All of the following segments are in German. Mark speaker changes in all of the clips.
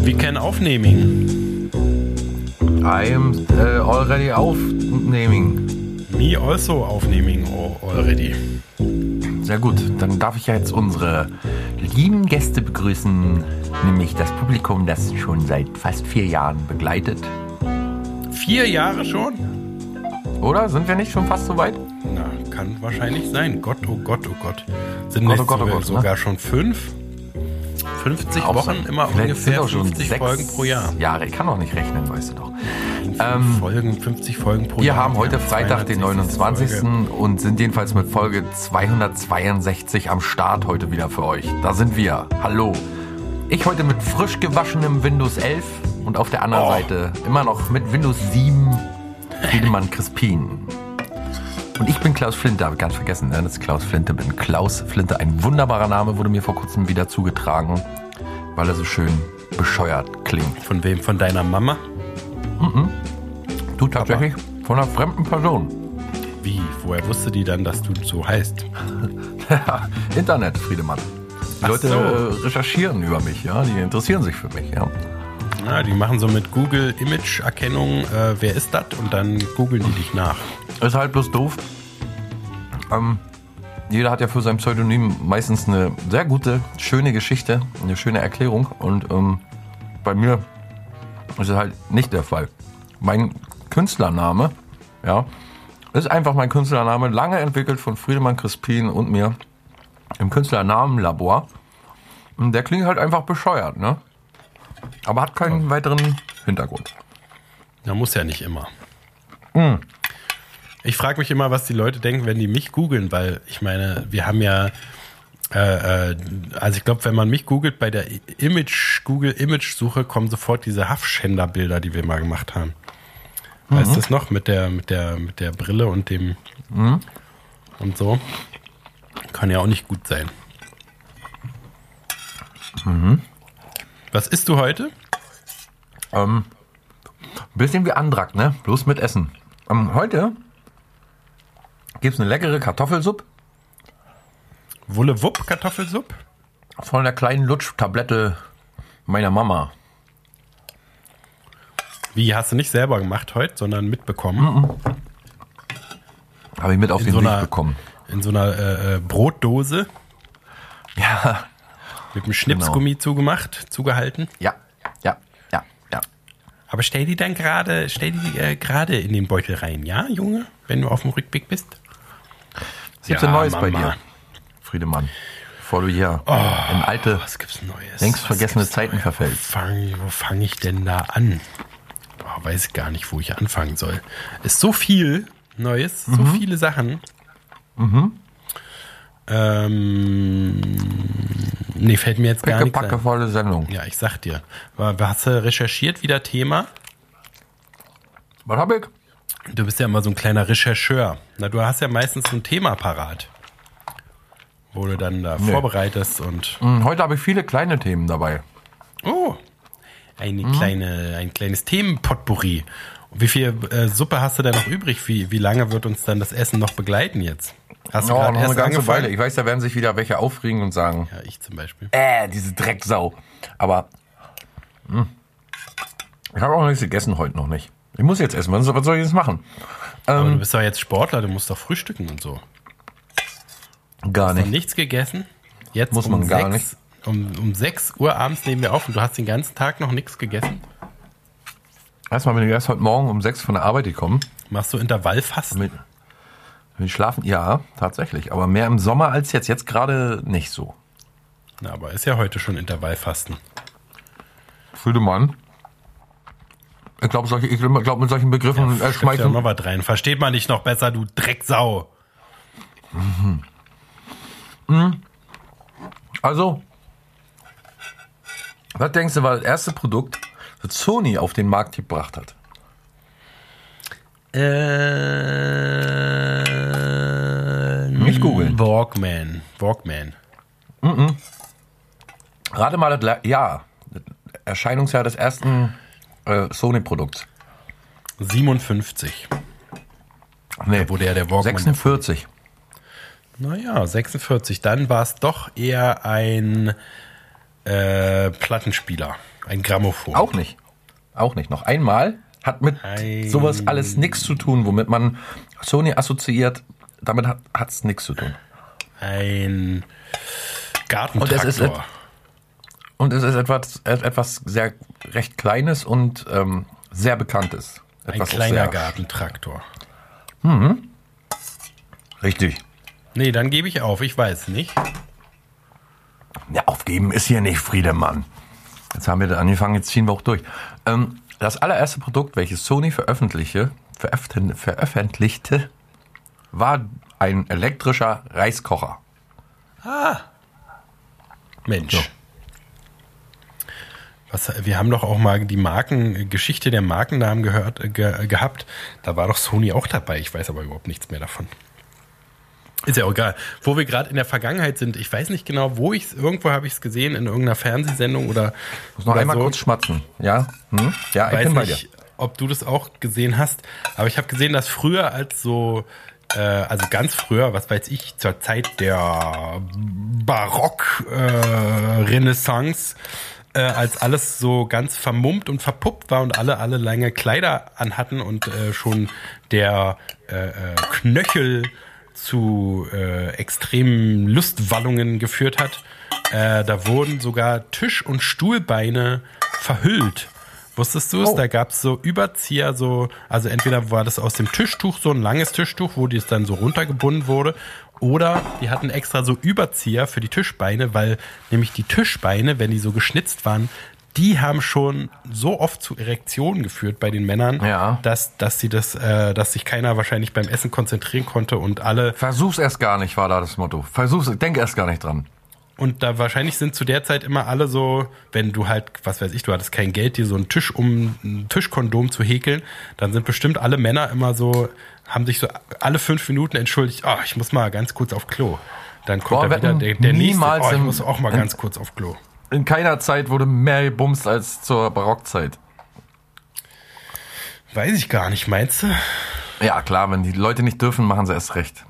Speaker 1: We can aufnehmen.
Speaker 2: I am already aufnehmen.
Speaker 1: Me also aufnehmen already.
Speaker 2: Sehr gut, dann darf ich ja jetzt unsere lieben Gäste begrüßen, nämlich das Publikum, das schon seit fast 4 Jahren begleitet.
Speaker 1: 4 Jahre schon?
Speaker 2: Oder? Sind wir nicht schon fast so weit?
Speaker 1: Na, kann wahrscheinlich sein. Gott, oh Gott, oh Gott. Sind
Speaker 2: Gott,
Speaker 1: nicht
Speaker 2: oh Gott, oh Gott,
Speaker 1: sogar schon 5? 50
Speaker 2: Auch
Speaker 1: Wochen, immer
Speaker 2: vielleicht
Speaker 1: ungefähr
Speaker 2: sind auch schon
Speaker 1: 50 Folgen pro Jahr.
Speaker 2: Jahre, ich kann auch nicht rechnen, weißt du doch.
Speaker 1: 50 Folgen pro
Speaker 2: Wir
Speaker 1: Jahr.
Speaker 2: haben heute Freitag, den 29.
Speaker 1: Folge.
Speaker 2: und sind jedenfalls mit Folge 262 am Start heute wieder für euch. Da sind wir. Hallo. Ich heute mit frisch gewaschenem Windows 11 und auf der anderen Seite immer noch mit Windows 7 Friedemann Crispin. Und ich bin Klaus Flinte, habe ich ganz vergessen, ne? Das ist Klaus Flinte, bin Klaus Flinte. Ein wunderbarer Name, wurde mir vor kurzem wieder zugetragen, weil er so schön bescheuert klingt.
Speaker 1: Von wem? Von deiner Mama?
Speaker 2: Du tatsächlich von einer fremden Person.
Speaker 1: Wie? Woher wusste die dann, dass du so heißt?
Speaker 2: Internet, Friedemann. Die
Speaker 1: Ach
Speaker 2: Leute
Speaker 1: so.
Speaker 2: recherchieren über mich, ja, die interessieren sich für mich, ja.
Speaker 1: Ja, die machen so mit Google Image-Erkennung, wer ist das? Und dann googeln die dich nach.
Speaker 2: Ist halt bloß doof. Jeder hat ja für sein Pseudonym meistens eine sehr gute, schöne Geschichte, eine schöne Erklärung. Und bei mir ist es halt nicht der Fall. Mein Künstlername, ja, ist einfach mein Künstlername, lange entwickelt von Friedemann Crispin und mir im Künstlernamenlabor. Und der klingt halt einfach bescheuert, ne? Aber hat keinen weiteren Hintergrund.
Speaker 1: Ja, muss ja nicht immer. Ich frage mich immer, was die Leute denken, wenn die mich googeln, weil ich meine, wir haben ja, also ich glaube, wenn man mich googelt, bei der Google Image Suche kommen sofort diese Haffschänder-Bilder, die wir mal gemacht haben. Weißt du das noch? Mit der Brille und dem und so. Kann ja auch nicht gut sein. Was isst du heute?
Speaker 2: Bisschen wie Andrak, ne? Bloß mit Essen. Heute gibt es eine leckere Kartoffelsuppe
Speaker 1: Wulle-Wupp Kartoffelsuppe?
Speaker 2: von der kleinen Lutsch-Tablette meiner Mama.
Speaker 1: Wie, hast du nicht selber gemacht heute, sondern mitbekommen?
Speaker 2: Habe ich mit auf den Weg bekommen.
Speaker 1: In so einer Brotdose
Speaker 2: Ja,
Speaker 1: mit einem Schnipsgummi zugehalten.
Speaker 2: ja.
Speaker 1: Aber stell die gerade in den Beutel rein, ja, Junge? Wenn du auf dem Rückweg bist.
Speaker 2: Was gibt's denn Neues bei
Speaker 1: Mama.
Speaker 2: dir, Friedemann? Bevor du hier in alte,
Speaker 1: Was gibt's Neues?
Speaker 2: längst
Speaker 1: Was
Speaker 2: vergessene
Speaker 1: gibt's
Speaker 2: Zeiten
Speaker 1: Neues?
Speaker 2: verfällst.
Speaker 1: Wo fange ich denn da an? Weiß ich gar nicht, wo ich anfangen soll. Ist so viel Neues, so viele Sachen. Nee, fällt mir jetzt gar nicht ein.
Speaker 2: Pickepackevolle Sendung.
Speaker 1: Ja, ich sag dir. Hast du recherchiert wieder Thema?
Speaker 2: Was hab ich?
Speaker 1: Du bist ja immer so ein kleiner Rechercheur. Na, du hast ja meistens so ein Thema parat, wo du dann da vorbereitest und...
Speaker 2: Heute habe ich viele kleine Themen dabei.
Speaker 1: Oh, ein kleines Themenpotpourri. Und wie viel Suppe hast du denn noch übrig? Wie lange wird uns dann das Essen noch begleiten jetzt? Hast du
Speaker 2: Noch
Speaker 1: gerade
Speaker 2: eine
Speaker 1: erst
Speaker 2: ganze
Speaker 1: angefangen?
Speaker 2: Weile. Ich weiß, da werden sich wieder welche aufregen und sagen,
Speaker 1: Ja, ich zum Beispiel.
Speaker 2: diese Drecksau. Aber ich habe auch nichts gegessen heute noch nicht. Ich muss jetzt essen. Was soll ich jetzt machen?
Speaker 1: Aber du bist doch jetzt Sportler, du musst doch frühstücken und so.
Speaker 2: Gar
Speaker 1: Hast du
Speaker 2: nicht.
Speaker 1: nichts gegessen? Jetzt
Speaker 2: Muss man gar nicht.
Speaker 1: Um 6 Uhr abends nehmen wir auf und du hast den ganzen Tag noch nichts gegessen?
Speaker 2: Erstmal bin ich erst heute Morgen um 6 von der Arbeit gekommen.
Speaker 1: Machst du Intervallfasten?
Speaker 2: Mit Schlafen? Ja, tatsächlich. Aber mehr im Sommer als jetzt. Jetzt gerade nicht so.
Speaker 1: Na, aber ist ja heute schon Intervallfasten.
Speaker 2: Friedemann. Ich glaube, mit solchen Begriffen
Speaker 1: Schmeißt ja
Speaker 2: schmeicheln.
Speaker 1: noch was rein. Versteht man nicht noch besser, du Drecksau.
Speaker 2: Also, was denkst du, war das erste Produkt, das Sony auf den Markt gebracht hat? Nicht googeln.
Speaker 1: Walkman.
Speaker 2: Gerade mal das Jahr. Das Erscheinungsjahr des ersten Sony-Produkts.
Speaker 1: 57.
Speaker 2: Nee,
Speaker 1: Wo der Walkman...
Speaker 2: 46.
Speaker 1: Naja, 46. Dann war es doch eher ein Plattenspieler. Ein Grammophon.
Speaker 2: Auch nicht. Noch einmal. Hat mit sowas alles nichts zu tun, womit man Sony assoziiert. Damit hat es nichts zu tun.
Speaker 1: Ein Gartentraktor.
Speaker 2: Und es ist etwas sehr recht Kleines und sehr Bekanntes.
Speaker 1: Ein kleiner Gartentraktor.
Speaker 2: Richtig.
Speaker 1: Nee, dann gebe ich auf. Ich weiß nicht.
Speaker 2: Ja, aufgeben ist hier nicht, Friedemann. Jetzt haben wir angefangen, jetzt ziehen wir auch durch. Das allererste Produkt, welches Sony veröffentlichte, war ein elektrischer Reiskocher.
Speaker 1: Mensch. So. Wir haben doch auch mal die Geschichte der Markennamen gehabt. Da war doch Sony auch dabei. Ich weiß aber überhaupt nichts mehr davon. Ist ja auch egal. Wo wir gerade in der Vergangenheit sind, ich weiß nicht genau, irgendwo habe ich es gesehen, in irgendeiner Fernsehsendung oder.
Speaker 2: Muss noch einmal kurz schmatzen, ja? Ja, ich bin bei dir.
Speaker 1: Ich weiß nicht, ob du das auch gesehen hast, aber ich habe gesehen, dass früher also ganz früher, was weiß ich, zur Zeit der Barock-Renaissance, als alles so ganz vermummt und verpuppt war und alle lange Kleider anhatten und schon der Knöchel zu extremen Lustwallungen geführt hat. Da wurden sogar Tisch- und Stuhlbeine verhüllt. Wusstest du es? Da gab es so Überzieher, also entweder war das aus dem Tischtuch, so ein langes Tischtuch, wo das dann so runtergebunden wurde, oder die hatten extra so Überzieher für die Tischbeine, weil nämlich die Tischbeine, wenn die so geschnitzt waren, die haben schon so oft zu Erektionen geführt bei den Männern, dass sich keiner wahrscheinlich beim Essen konzentrieren konnte und alle.
Speaker 2: Versuch's erst gar nicht, war da das Motto. Denk erst gar nicht dran.
Speaker 1: Und da wahrscheinlich sind zu der Zeit immer alle so, wenn du halt, was weiß ich, du hattest kein Geld, dir so ein Tischkondom zu häkeln, dann sind bestimmt alle Männer immer so, haben sich so alle 5 Minuten entschuldigt, ich muss mal ganz kurz auf Klo. Dann kommt da wieder der nächste, ich muss auch mal ganz kurz auf Klo.
Speaker 2: In keiner Zeit wurde mehr gebumst als zur Barockzeit.
Speaker 1: Weiß ich gar nicht, meinst du?
Speaker 2: Ja, klar, wenn die Leute nicht dürfen, machen sie erst recht.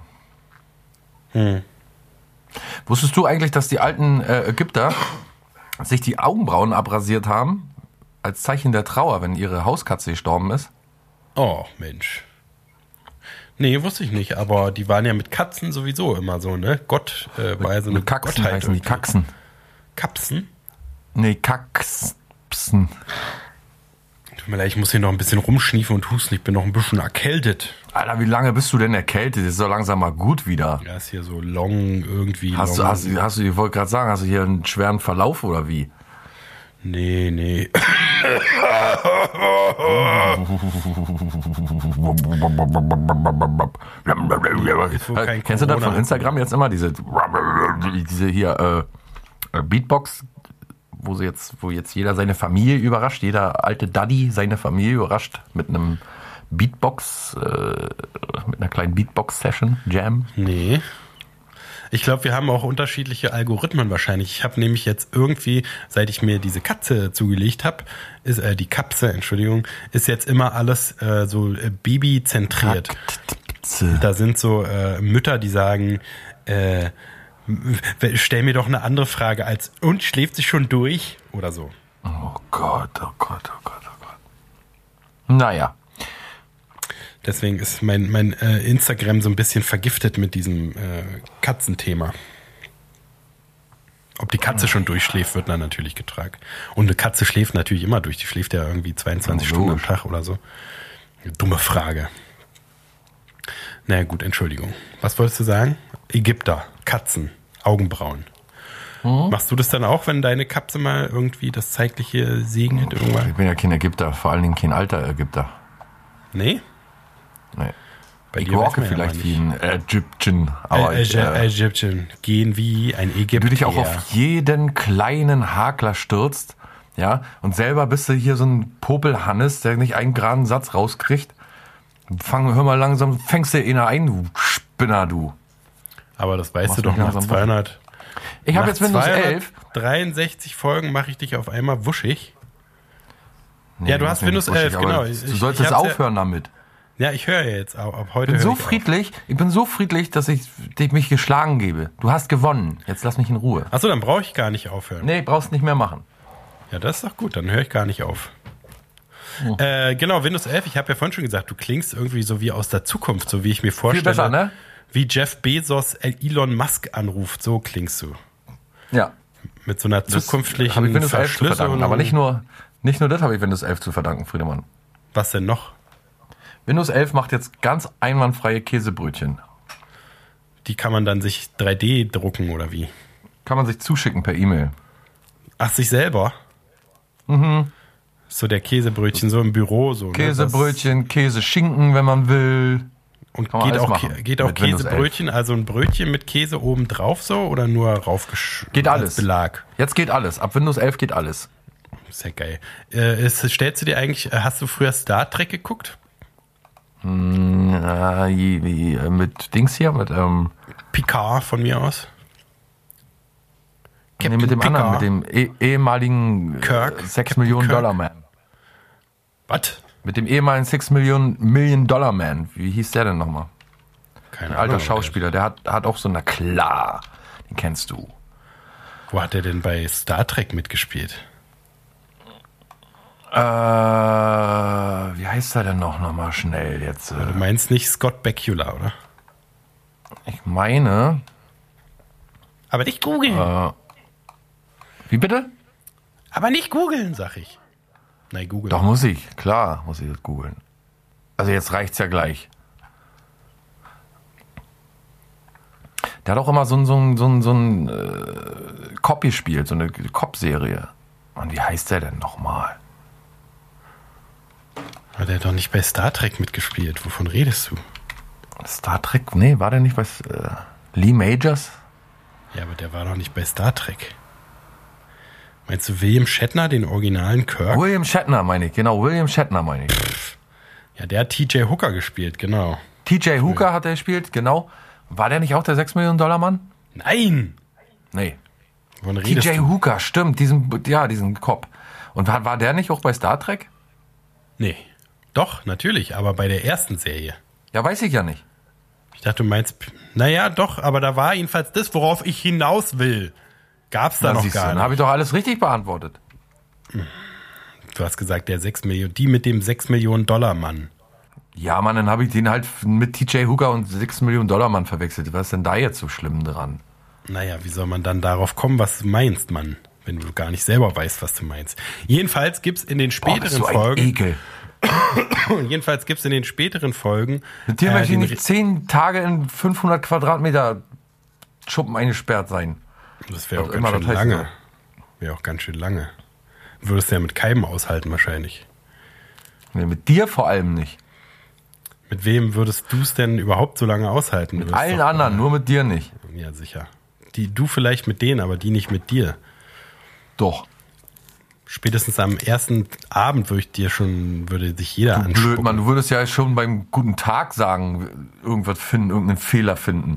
Speaker 2: Wusstest du eigentlich, dass die alten Ägypter sich die Augenbrauen abrasiert haben, als Zeichen der Trauer, wenn ihre Hauskatze gestorben ist?
Speaker 1: Oh, Mensch. Nee, wusste ich nicht, aber die waren ja mit Katzen sowieso immer so, ne? Gott war ja so eine
Speaker 2: Kaxen
Speaker 1: Gottheit.
Speaker 2: Heißen die Kaxen.
Speaker 1: Kapsen?
Speaker 2: Nee, Kaxen.
Speaker 1: Tut mir leid, ich muss hier noch ein bisschen rumschniefen und husten. Ich bin noch ein bisschen erkältet.
Speaker 2: Alter, wie lange bist du denn erkältet? Ist doch langsam mal gut wieder.
Speaker 1: Ja, ist hier so long irgendwie.
Speaker 2: Hast du, ich wollte gerade sagen, hast du hier einen schweren Verlauf oder wie?
Speaker 1: Nee.
Speaker 2: Kennst du das von Instagram jetzt immer? Diese hier Beatbox, wo jetzt jeder seine Familie überrascht, jeder alte Daddy seine Familie überrascht mit einem Beatbox, mit einer kleinen Beatbox-Session, Jam?
Speaker 1: Nee. Ich glaube, wir haben auch unterschiedliche Algorithmen wahrscheinlich. Ich habe nämlich jetzt irgendwie, seit ich mir diese Katze zugelegt habe, die Kapse, Entschuldigung, ist jetzt immer alles so babyzentriert. Da sind so Mütter, die sagen, stell mir doch eine andere Frage als, und schläft sie schon durch? Oder so.
Speaker 2: Oh Gott. Naja.
Speaker 1: Deswegen ist mein Instagram so ein bisschen vergiftet mit diesem Katzenthema. Ob die Katze schon durchschläft, wird dann natürlich getragen. Und eine Katze schläft natürlich immer durch. Die schläft ja irgendwie 22 Stunden am Tag oder so. Dumme Frage. Naja gut, Entschuldigung. Was wolltest du sagen? Ägypter, Katzen, Augenbrauen. Machst du das dann auch, wenn deine Katze mal irgendwie das Zeitliche segnet irgendwann?
Speaker 2: Ich bin ja kein Ägypter, vor allen Dingen kein alter Ägypter.
Speaker 1: Nee?
Speaker 2: Nee.
Speaker 1: Bei
Speaker 2: ich walke vielleicht wie ein Ägyptian. Aber
Speaker 1: Ägyptian. Gehen wie ein Ägypter.
Speaker 2: Wenn du dich auch auf jeden kleinen Hakler stürzt, ja, und selber bist du hier so ein Popelhannes, der nicht einen geraden Satz rauskriegt. Hör mal langsam, fängst du einer ein, du Spinner, du.
Speaker 1: Aber das weißt du doch nach 200.
Speaker 2: Ich habe jetzt Windows 11.
Speaker 1: 63 Folgen mache ich dich auf einmal wuschig. Nee, ja, du hast Windows 11, genau.
Speaker 2: Du solltest jetzt aufhören damit.
Speaker 1: Ja, ich höre jetzt, ab heute.
Speaker 2: Ich bin so friedlich, dass ich mich geschlagen gebe. Du hast gewonnen. Jetzt lass mich in Ruhe.
Speaker 1: Achso, dann brauche ich gar nicht aufhören.
Speaker 2: Nee, brauchst nicht mehr machen.
Speaker 1: Ja, das ist doch gut, dann höre ich gar nicht auf.
Speaker 2: Oh.
Speaker 1: Genau, Windows 11, ich habe ja vorhin schon gesagt, du klingst irgendwie so wie aus der Zukunft, so wie ich mir vorstelle.
Speaker 2: Viel besser, ne?
Speaker 1: Wie Jeff Bezos Elon Musk anruft, so klingst du.
Speaker 2: Ja.
Speaker 1: Mit so einer zukünftigen
Speaker 2: habe ich Windows 11 zu verdanken, aber nicht nur das habe ich Windows 11 zu verdanken, Friedemann.
Speaker 1: Was denn noch?
Speaker 2: Windows 11 macht jetzt ganz einwandfreie Käsebrötchen.
Speaker 1: Die kann man dann sich 3D drucken oder wie?
Speaker 2: Kann man sich zuschicken per E-Mail.
Speaker 1: Ach, sich selber? Mhm. So der Käsebrötchen, so im Büro. So,
Speaker 2: Käsebrötchen, Käseschinken, wenn man will.
Speaker 1: Und geht auch Käsebrötchen, also ein Brötchen mit Käse oben drauf so oder nur raufgeschrieben?
Speaker 2: Geht alles.
Speaker 1: Als Belag?
Speaker 2: Jetzt geht alles. Ab Windows 11 geht alles.
Speaker 1: Ist ja geil. Stellst du dir eigentlich, hast du früher Star Trek geguckt?
Speaker 2: Mit Dings hier, mit
Speaker 1: Picard von mir aus.
Speaker 2: Mit dem
Speaker 1: Picard.
Speaker 2: anderen, mit dem ehemaligen
Speaker 1: Kirk.
Speaker 2: 6 Millionen
Speaker 1: Kirk.
Speaker 2: Dollar Man.
Speaker 1: Was?
Speaker 2: Mit dem ehemaligen 6 Million Dollar Man. Wie hieß der denn nochmal?
Speaker 1: Keine
Speaker 2: Ein alter
Speaker 1: Ahnung.
Speaker 2: Schauspieler, der hat auch so, na klar, den kennst du.
Speaker 1: Wo hat er denn bei Star Trek mitgespielt?
Speaker 2: Wie heißt er denn nochmal schnell jetzt?
Speaker 1: Du meinst nicht Scott Bakula, oder?
Speaker 2: Ich meine,
Speaker 1: Aber nicht googeln.
Speaker 2: wie bitte?
Speaker 1: Aber nicht googeln, sag ich. Nein, googeln.
Speaker 2: Doch, muss ich. Klar, muss ich das googeln. Also jetzt reicht's ja gleich. Der hat auch immer so ein Cop gespielt, so eine Cop-Serie. Und wie heißt der denn nochmal?
Speaker 1: Hat er doch nicht bei Star Trek mitgespielt. Wovon redest du?
Speaker 2: Star Trek? Nee, war der nicht bei Lee Majors?
Speaker 1: Ja, aber der war doch nicht bei Star Trek. Meinst du William Shatner, den originalen Kirk?
Speaker 2: William Shatner meine ich, genau, William Shatner meine ich.
Speaker 1: Ja, der hat TJ Hooker gespielt, genau.
Speaker 2: TJ Hooker hat er gespielt, genau. War der nicht auch der 6 Millionen Dollar Mann?
Speaker 1: Nein!
Speaker 2: Nee.
Speaker 1: Wovon redest
Speaker 2: TJ
Speaker 1: du?
Speaker 2: Hooker, stimmt, diesen Cop. Und war der nicht auch bei Star Trek?
Speaker 1: Nee. Doch, natürlich, aber bei der ersten Serie.
Speaker 2: Ja, weiß ich ja nicht.
Speaker 1: Ich dachte, du meinst, naja, doch, aber da war jedenfalls das, worauf ich hinaus will. Gab's da noch
Speaker 2: Siehst du,
Speaker 1: gar
Speaker 2: dann
Speaker 1: nicht.
Speaker 2: habe ich doch alles richtig beantwortet.
Speaker 1: Du hast gesagt, der 6 Millionen, die mit dem 6 Millionen Dollar Mann.
Speaker 2: Ja, Mann, dann habe ich den halt mit TJ Hooker und 6 Millionen Dollar Mann verwechselt. Was ist denn da jetzt so schlimm dran?
Speaker 1: Naja, wie soll man dann darauf kommen, was du meinst, Mann? Wenn du gar nicht selber weißt, was du meinst. Jedenfalls gibt's in den
Speaker 2: Boah, bist
Speaker 1: späteren
Speaker 2: du ein
Speaker 1: Folgen.
Speaker 2: Ekel.
Speaker 1: Jedenfalls gibt's in den späteren Folgen.
Speaker 2: Mit dir möchte ich
Speaker 1: den
Speaker 2: nicht 10 Tage in 500 Quadratmeter Schuppen eingesperrt sein.
Speaker 1: Das wäre auch
Speaker 2: Was
Speaker 1: ganz
Speaker 2: immer
Speaker 1: schön
Speaker 2: das heißt,
Speaker 1: lange. Wäre auch ganz schön lange. Würdest du ja mit keinem aushalten wahrscheinlich.
Speaker 2: Nee, mit dir vor allem nicht.
Speaker 1: Mit wem würdest du es denn überhaupt so lange aushalten?
Speaker 2: Mit allen anderen, nur mit dir nicht.
Speaker 1: Ja, sicher. Du vielleicht mit denen, aber die nicht mit dir.
Speaker 2: Doch.
Speaker 1: Spätestens am ersten Abend würde sich jeder
Speaker 2: Blöd,
Speaker 1: anspucken.
Speaker 2: Mann, du würdest ja schon beim guten Tag sagen, irgendwas finden, irgendeinen Fehler finden.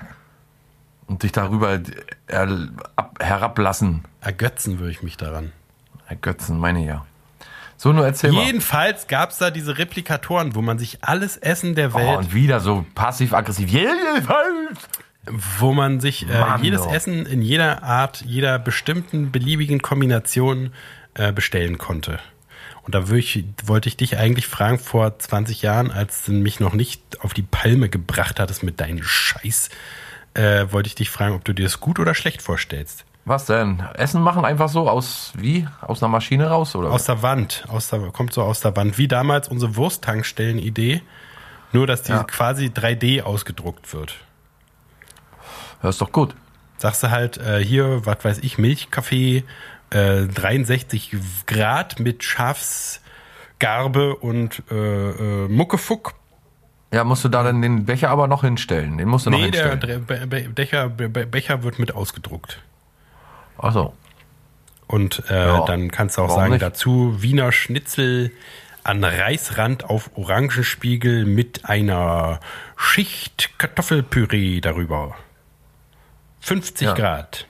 Speaker 2: Und dich darüber herablassen.
Speaker 1: Ergötzen würde ich mich daran.
Speaker 2: Ergötzen, meine ich ja. So, nur erzähl mal.
Speaker 1: Jedenfalls gab es da diese Replikatoren, wo man sich alles Essen der
Speaker 2: Oh,
Speaker 1: Welt,
Speaker 2: und wieder so passiv-aggressiv. Jedenfalls.
Speaker 1: wo man sich
Speaker 2: Mann,
Speaker 1: jedes
Speaker 2: doch.
Speaker 1: Essen in jeder Art, jeder bestimmten beliebigen Kombination bestellen konnte. Und da wollte ich dich eigentlich fragen, vor 20 Jahren, als du mich noch nicht auf die Palme gebracht hattest mit deinem Scheiß, wollte ich dich fragen, ob du dir das gut oder schlecht vorstellst.
Speaker 2: Was denn? Essen machen einfach so aus einer Maschine raus, oder?
Speaker 1: Aus der Wand, kommt so aus der Wand, wie damals unsere Wursttankstellen-Idee, nur dass die quasi 3D ausgedruckt wird.
Speaker 2: Das ist doch gut.
Speaker 1: Sagst du halt, hier, was weiß ich, Milchkaffee, 63 Grad mit Schafsgarbe und Muckefuck.
Speaker 2: Ja, musst du da dann den Becher aber noch hinstellen? Den musst du noch
Speaker 1: Nee,
Speaker 2: hinstellen.
Speaker 1: der Becher wird mit ausgedruckt.
Speaker 2: Ach so.
Speaker 1: Und dann kannst du auch
Speaker 2: Warum
Speaker 1: sagen,
Speaker 2: nicht?
Speaker 1: dazu Wiener Schnitzel an Reisrand auf Orangenspiegel mit einer Schicht Kartoffelpüree darüber. 50
Speaker 2: Ja.
Speaker 1: Grad.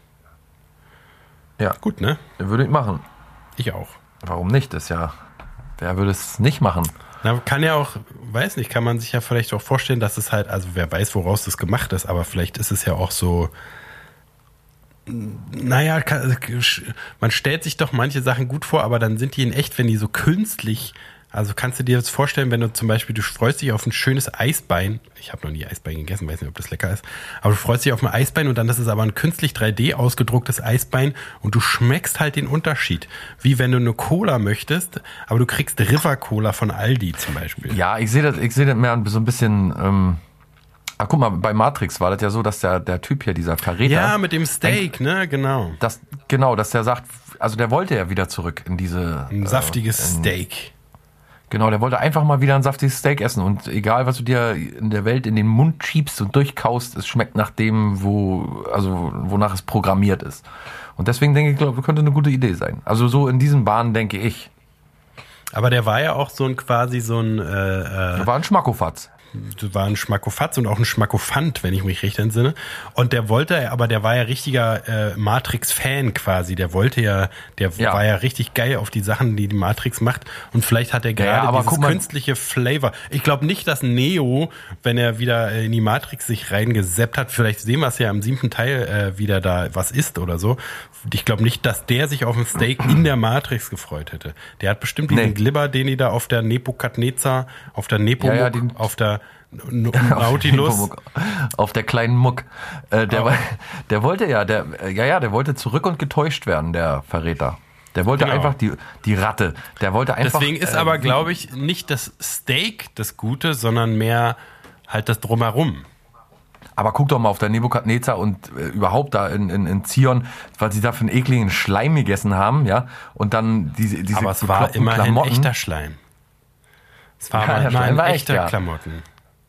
Speaker 2: Ja,
Speaker 1: Gut, ne?
Speaker 2: würde ich machen.
Speaker 1: Ich auch.
Speaker 2: Warum nicht? Wer würde es nicht machen?
Speaker 1: Na, kann ja auch, weiß nicht, kann man sich ja vielleicht auch vorstellen, dass es halt, also wer weiß, woraus das gemacht ist, aber vielleicht ist es ja auch so Naja, man stellt sich doch manche Sachen gut vor, aber dann sind die in echt, wenn die so künstlich, also kannst du dir das vorstellen, wenn du zum Beispiel, du freust dich auf ein schönes Eisbein, ich habe noch nie Eisbein gegessen, weiß nicht, ob das lecker ist, aber du freust dich auf ein Eisbein und dann ist es aber ein künstlich 3D ausgedrucktes Eisbein und du schmeckst halt den Unterschied, wie wenn du eine Cola möchtest, aber du kriegst River Cola von Aldi zum Beispiel.
Speaker 2: Ja, ich sehe das mehr so ein bisschen... guck mal, bei Matrix war das ja so, dass der Typ hier, dieser Verräter...
Speaker 1: Ja, mit dem Steak, ne, genau.
Speaker 2: Dass der sagt, also der wollte ja wieder zurück in diese...
Speaker 1: Ein saftiges Steak.
Speaker 2: Genau, der wollte einfach mal wieder ein saftiges Steak essen und egal, was du dir in der Welt in den Mund schiebst und durchkaust, es schmeckt nach dem, wonach es programmiert ist. Und deswegen denke ich, glaube, könnte eine gute Idee sein. Also so in diesen Bahnen denke ich.
Speaker 1: Aber der war ja auch so ein
Speaker 2: Der war ein Schmackofatz.
Speaker 1: war ein Schmackofatz und auch ein Schmackofant, wenn ich mich recht entsinne. Und der war ja richtiger Matrix-Fan quasi. Der war ja richtig geil auf die Sachen, die Matrix macht. Und vielleicht hat er gerade dieses künstliche Flavor. Ich glaube nicht, dass Neo, wenn er wieder in die Matrix sich reingeseppt hat, vielleicht sehen wir es ja im 7. Teil wieder da was isst oder so. Ich glaube nicht, dass der sich auf ein Steak in der Matrix gefreut hätte. Der hat bestimmt diesen Glibber, den die da auf der Nebukadnezar, auf der Nepomuk, auf der Nautilus.
Speaker 2: Auf der kleinen Muck. Der wollte zurück und getäuscht werden, der Verräter. Der wollte einfach die Ratte. Der wollte einfach.
Speaker 1: Deswegen ist aber, glaube ich, nicht das Steak das Gute, sondern mehr halt das Drumherum.
Speaker 2: Aber guck doch mal auf der Nebukadnezar und überhaupt da in Zion, weil sie da für einen ekligen Schleim gegessen haben, ja. Und dann diese
Speaker 1: aber es war immerhin
Speaker 2: Klamotten.
Speaker 1: Echter Schleim. Es war aber immerhin echter Klamotten.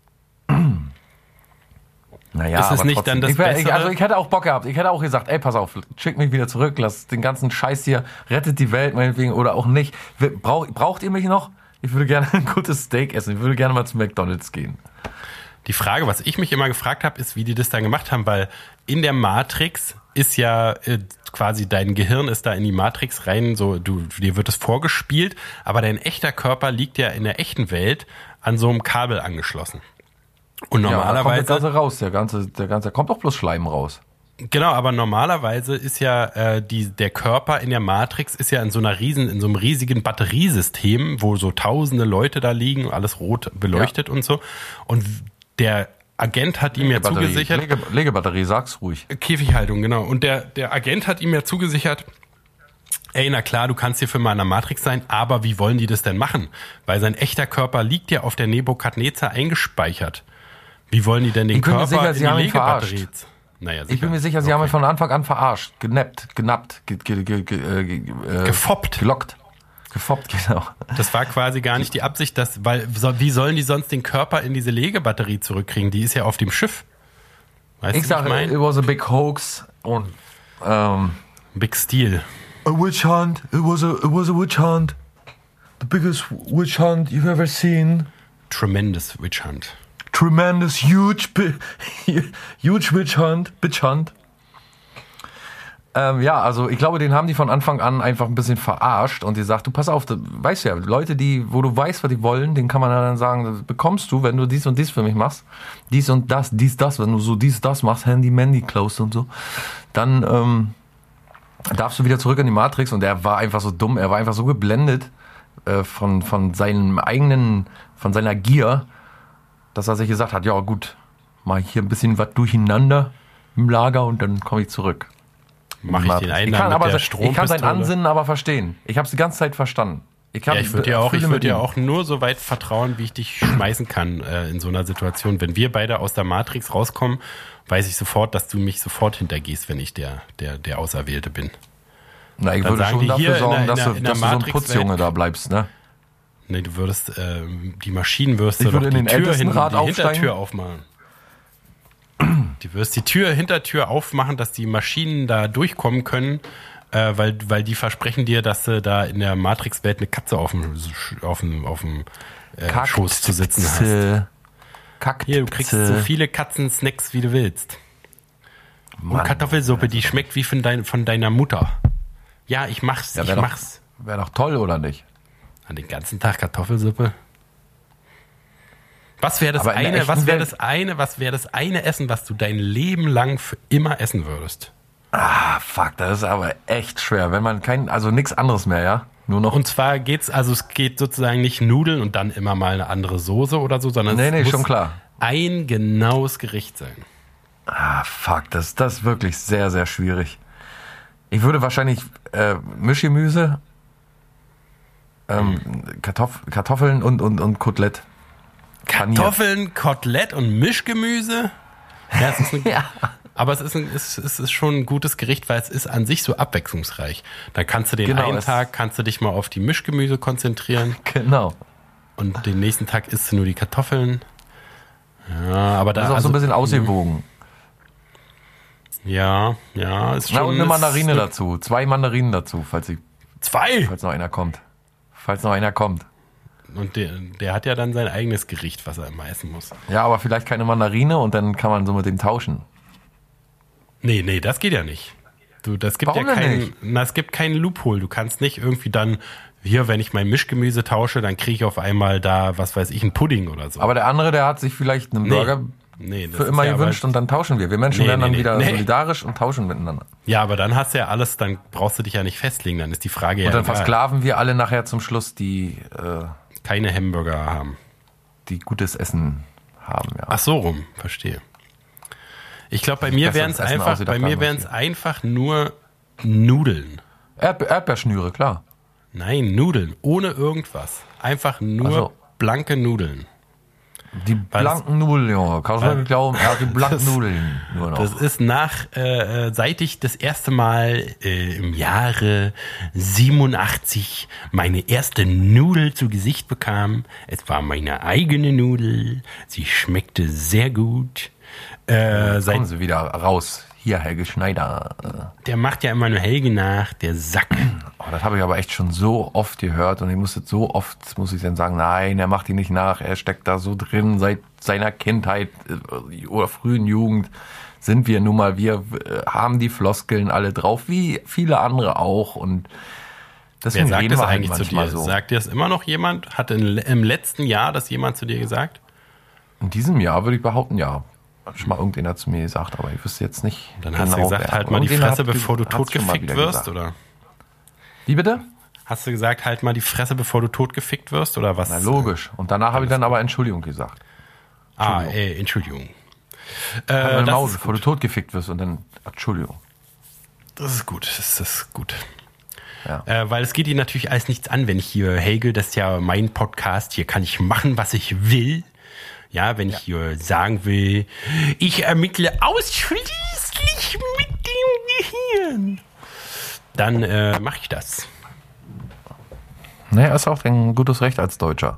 Speaker 2: Naja,
Speaker 1: ist es nicht dann das Bessere?
Speaker 2: Ich hätte auch Bock gehabt. Ich hätte auch gesagt, ey, pass auf, schick mich wieder zurück, lass den ganzen Scheiß hier, rettet die Welt meinetwegen oder auch nicht. Braucht ihr mich noch? Ich würde gerne ein gutes Steak essen. Ich würde gerne mal zu McDonald's gehen.
Speaker 1: Die Frage, was ich mich immer gefragt habe, ist, wie die das dann gemacht haben, weil in der Matrix ist ja quasi dein Gehirn ist da in die Matrix rein, so dir wird es vorgespielt, aber dein echter Körper liegt ja in der echten Welt an so einem Kabel angeschlossen. Und normalerweise
Speaker 2: kommt der raus, der kommt doch bloß Schleim raus.
Speaker 1: Genau, aber normalerweise ist ja der Körper in der Matrix ist ja in so einem riesigen Batteriesystem, wo so tausende Leute da liegen, alles rot beleuchtet und so. Und der Agent hat ihm ja zugesichert.
Speaker 2: Legebatterie, sag's ruhig.
Speaker 1: Käfighaltung, genau. Und der Agent hat ihm ja zugesichert, ey, na klar, du kannst hier für mal in der Matrix sein, aber wie wollen die das denn machen? Weil sein echter Körper liegt ja auf der Nebukadnezar eingespeichert. Wie wollen die denn den Körper in die Legebatterie? Naja,
Speaker 2: ich bin mir sicher, sie haben ihn von Anfang an verarscht, genappt,
Speaker 1: gefoppt.
Speaker 2: Gelockt. Gefoppt, genau.
Speaker 1: Das war quasi gar nicht die Absicht, wie sollen die sonst den Körper in diese Legebatterie zurückkriegen? Die ist ja auf dem Schiff. Weißt
Speaker 2: ich sage, it was a big hoax und
Speaker 1: Big Steal.
Speaker 2: A witch hunt. It was a witch hunt. The biggest witch hunt you've ever seen.
Speaker 1: Tremendous witch hunt.
Speaker 2: Tremendous, huge witch hunt. Bitch hunt. Also ich glaube, den haben die von Anfang an einfach ein bisschen verarscht und die sagt, du pass auf, du weißt ja, Leute, wo du weißt, was die wollen, den kann man dann sagen, das bekommst du, wenn du dies und dies für mich machst, dies und das, wenn du so das machst, Handy close und so, dann darfst du wieder zurück in die Matrix und er war einfach so dumm, er war einfach so geblendet von seiner Gier, dass er sich gesagt hat, ja gut, mach ich hier ein bisschen was durcheinander im Lager und dann komme ich zurück.
Speaker 1: Mach ich den Einnahmen mit der Strompistole.
Speaker 2: Ich kann sein Ansinnen aber verstehen. Ich habe es die ganze Zeit verstanden. Ich
Speaker 1: würde dir auch nur so weit vertrauen, wie ich dich schmeißen kann in so einer Situation. Wenn wir beide aus der Matrix rauskommen, weiß ich sofort, dass du mich sofort hintergehst, wenn ich der Auserwählte bin.
Speaker 2: Na, ich würde schon dafür sorgen, dass du so ein Putzjunge da bleibst, ne?
Speaker 1: Nee, du würdest die Maschinen doch
Speaker 2: die
Speaker 1: Hintertür aufmachen. Du wirst die Hintertür aufmachen, dass die Maschinen da durchkommen können, weil die versprechen dir, dass du da in der Matrix-Welt eine Katze auf dem Schoß zu sitzen hast. Hier, du kriegst so viele Katzensnacks, wie du willst. Und Kartoffelsuppe, die schmeckt wie von deiner Mutter. Ja, ich mach's.
Speaker 2: Wäre doch toll, oder nicht?
Speaker 1: An den ganzen Tag Kartoffelsuppe. Was wäre das eine Essen, was du dein Leben lang für immer essen würdest?
Speaker 2: Fuck, das ist aber echt schwer. Wenn man also nichts anderes mehr, ja? Nur noch.
Speaker 1: Und zwar es geht sozusagen nicht Nudeln und dann immer mal eine andere Soße oder so, sondern es muss
Speaker 2: schon klar.
Speaker 1: ein genaues Gericht sein.
Speaker 2: Fuck, das ist wirklich sehr, sehr schwierig. Ich würde wahrscheinlich Mischgemüse, Kartoffeln und Kotelett.
Speaker 1: Kartoffeln, Kotelett und Mischgemüse? Ja, es ist aber es ist schon ein gutes Gericht, weil es ist an sich so abwechslungsreich. Dann kannst du einen Tag dich mal auf die Mischgemüse konzentrieren.
Speaker 2: Genau.
Speaker 1: Und den nächsten Tag isst du nur die Kartoffeln. Ja, aber
Speaker 2: das ist auch so ein bisschen ausgewogen.
Speaker 1: Ja, ist schon.
Speaker 2: Und eine Mandarine dazu. 2 Mandarinen dazu, falls noch einer kommt. Und
Speaker 1: der hat ja dann sein eigenes Gericht, was er immer essen muss.
Speaker 2: Ja, aber vielleicht keine Mandarine und dann kann man so mit dem tauschen.
Speaker 1: Nee, das geht ja nicht. Es gibt keinen Loophole. Du kannst nicht irgendwie dann, hier, wenn ich mein Mischgemüse tausche, dann kriege ich auf einmal da, was weiß ich, einen Pudding oder so.
Speaker 2: Aber der andere, der hat sich vielleicht einen Burger für immer gewünscht und dann tauschen wir. Wir Menschen werden dann wieder solidarisch und tauschen miteinander.
Speaker 1: Ja, aber dann hast du ja alles, dann brauchst du dich ja nicht festlegen, dann ist die Frage
Speaker 2: und dann versklaven wir alle nachher zum Schluss, die
Speaker 1: keine Hamburger haben.
Speaker 2: Die gutes Essen haben, ja.
Speaker 1: Ach so rum, verstehe. Ich glaube, bei mir wären es einfach nur Nudeln.
Speaker 2: Erdbeerschnüre, klar.
Speaker 1: Nein, Nudeln, ohne irgendwas. Einfach nur blanke Nudeln.
Speaker 2: Die blanken Nudeln, Junge. Kannst du nicht glauben, er hat die blanken Nudeln nur noch.
Speaker 1: Das ist seit ich das erste Mal im Jahre 87 meine erste Nudel zu Gesicht bekam. Es war meine eigene Nudel. Sie schmeckte sehr gut.
Speaker 2: Kommen Sie wieder raus. Hier, Helge Schneider.
Speaker 1: Der macht ja immer nur Helge nach, der Sack.
Speaker 2: Das habe ich aber echt schon so oft gehört und ich muss ich dann sagen, nein, er macht ihn nicht nach, er steckt da so drin, seit seiner Kindheit oder frühen Jugend sind wir nun mal, wir haben die Floskeln alle drauf, wie viele andere auch und deswegen
Speaker 1: wer sagt
Speaker 2: reden
Speaker 1: das
Speaker 2: wir halt
Speaker 1: eigentlich zu dir?
Speaker 2: manchmal so.
Speaker 1: Sagt dir das immer noch jemand? Hat im letzten Jahr das jemand zu dir gesagt?
Speaker 2: In diesem Jahr würde ich behaupten, ja. Hat schon mal irgendjemand zu mir gesagt, aber ich wüsste jetzt nicht.
Speaker 1: Dann hast du gesagt, halt mal die Fresse, bevor du totgefickt wirst, oder?
Speaker 2: Wie bitte?
Speaker 1: Hast du gesagt, halt mal die Fresse, bevor du totgefickt wirst, oder was?
Speaker 2: Na, logisch. Und danach habe ich dann aber Entschuldigung gesagt.
Speaker 1: Entschuldigung.
Speaker 2: Bevor du totgefickt wirst und dann Entschuldigung.
Speaker 1: Das ist gut. Ja. Weil es geht Ihnen natürlich alles nichts an, wenn ich hier, Helge, das ist ja mein Podcast, hier kann ich machen, was ich will. Ja, wenn ich hier sagen will, ich ermittle ausschließlich mit dem Gehirn, dann mache ich das.
Speaker 2: Naja, ist auch ein gutes Recht als Deutscher.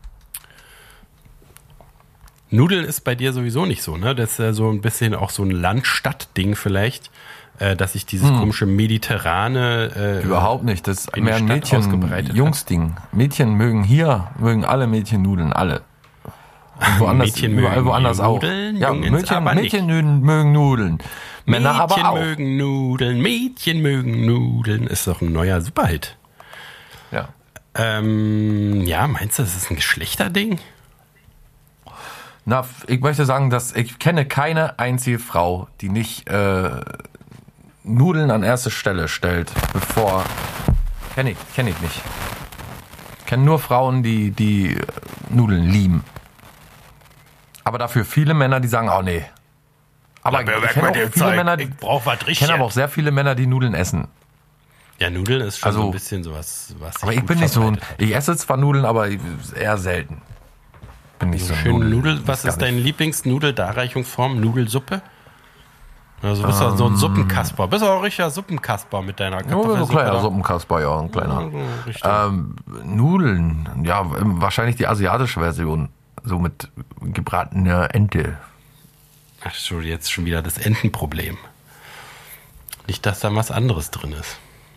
Speaker 1: Nudeln ist bei dir sowieso nicht so, ne? Das ist ja so ein bisschen auch so ein Land-Stadt-Ding vielleicht, dass ich dieses komische mediterrane...
Speaker 2: Überhaupt nicht, das ist mehr ein Mädchen-Jungs-Ding. Mädchen mögen alle Mädchen Nudeln, alle. Und woanders,
Speaker 1: Mädchen
Speaker 2: überall woanders
Speaker 1: Nudeln,
Speaker 2: auch. Ja,
Speaker 1: Mädchen
Speaker 2: mögen Nudeln. Männer aber auch.
Speaker 1: Mädchen mögen Nudeln. Ist doch ein neuer Superhit.
Speaker 2: Ja.
Speaker 1: Meinst du, das ist ein Geschlechterding?
Speaker 2: Na, ich möchte sagen, dass ich kenne keine einzige Frau, die nicht Nudeln an erste Stelle stellt, bevor... Kenn ich nicht. Ich kenne nur Frauen, die Nudeln lieben. Aber dafür viele Männer, die sagen, oh nee. Aber ich kenne auch viele Männer,
Speaker 1: ich brauch was richtig.
Speaker 2: Ich kenne aber auch sehr viele Männer, die Nudeln essen.
Speaker 1: Ja, Nudeln ist schon so ein bisschen sowas, was
Speaker 2: aber ich bin nicht so ich esse zwar Nudeln, aber eher selten. Bin nicht so ein
Speaker 1: Nudel. Was ist deine Lieblingsnudel-Darreichungsform? Nudelsuppe? Also bist du so ein Suppenkasper. Bist du auch ein richtiger Suppenkasper mit deiner
Speaker 2: Kartoffelsuppe? So ein kleiner Suppenkasper, ja, ein kleiner. Nudeln, ja, wahrscheinlich die asiatische Version. So mit gebratener Ente.
Speaker 1: Ach so, jetzt schon wieder das Entenproblem. Nicht, dass da was anderes drin ist.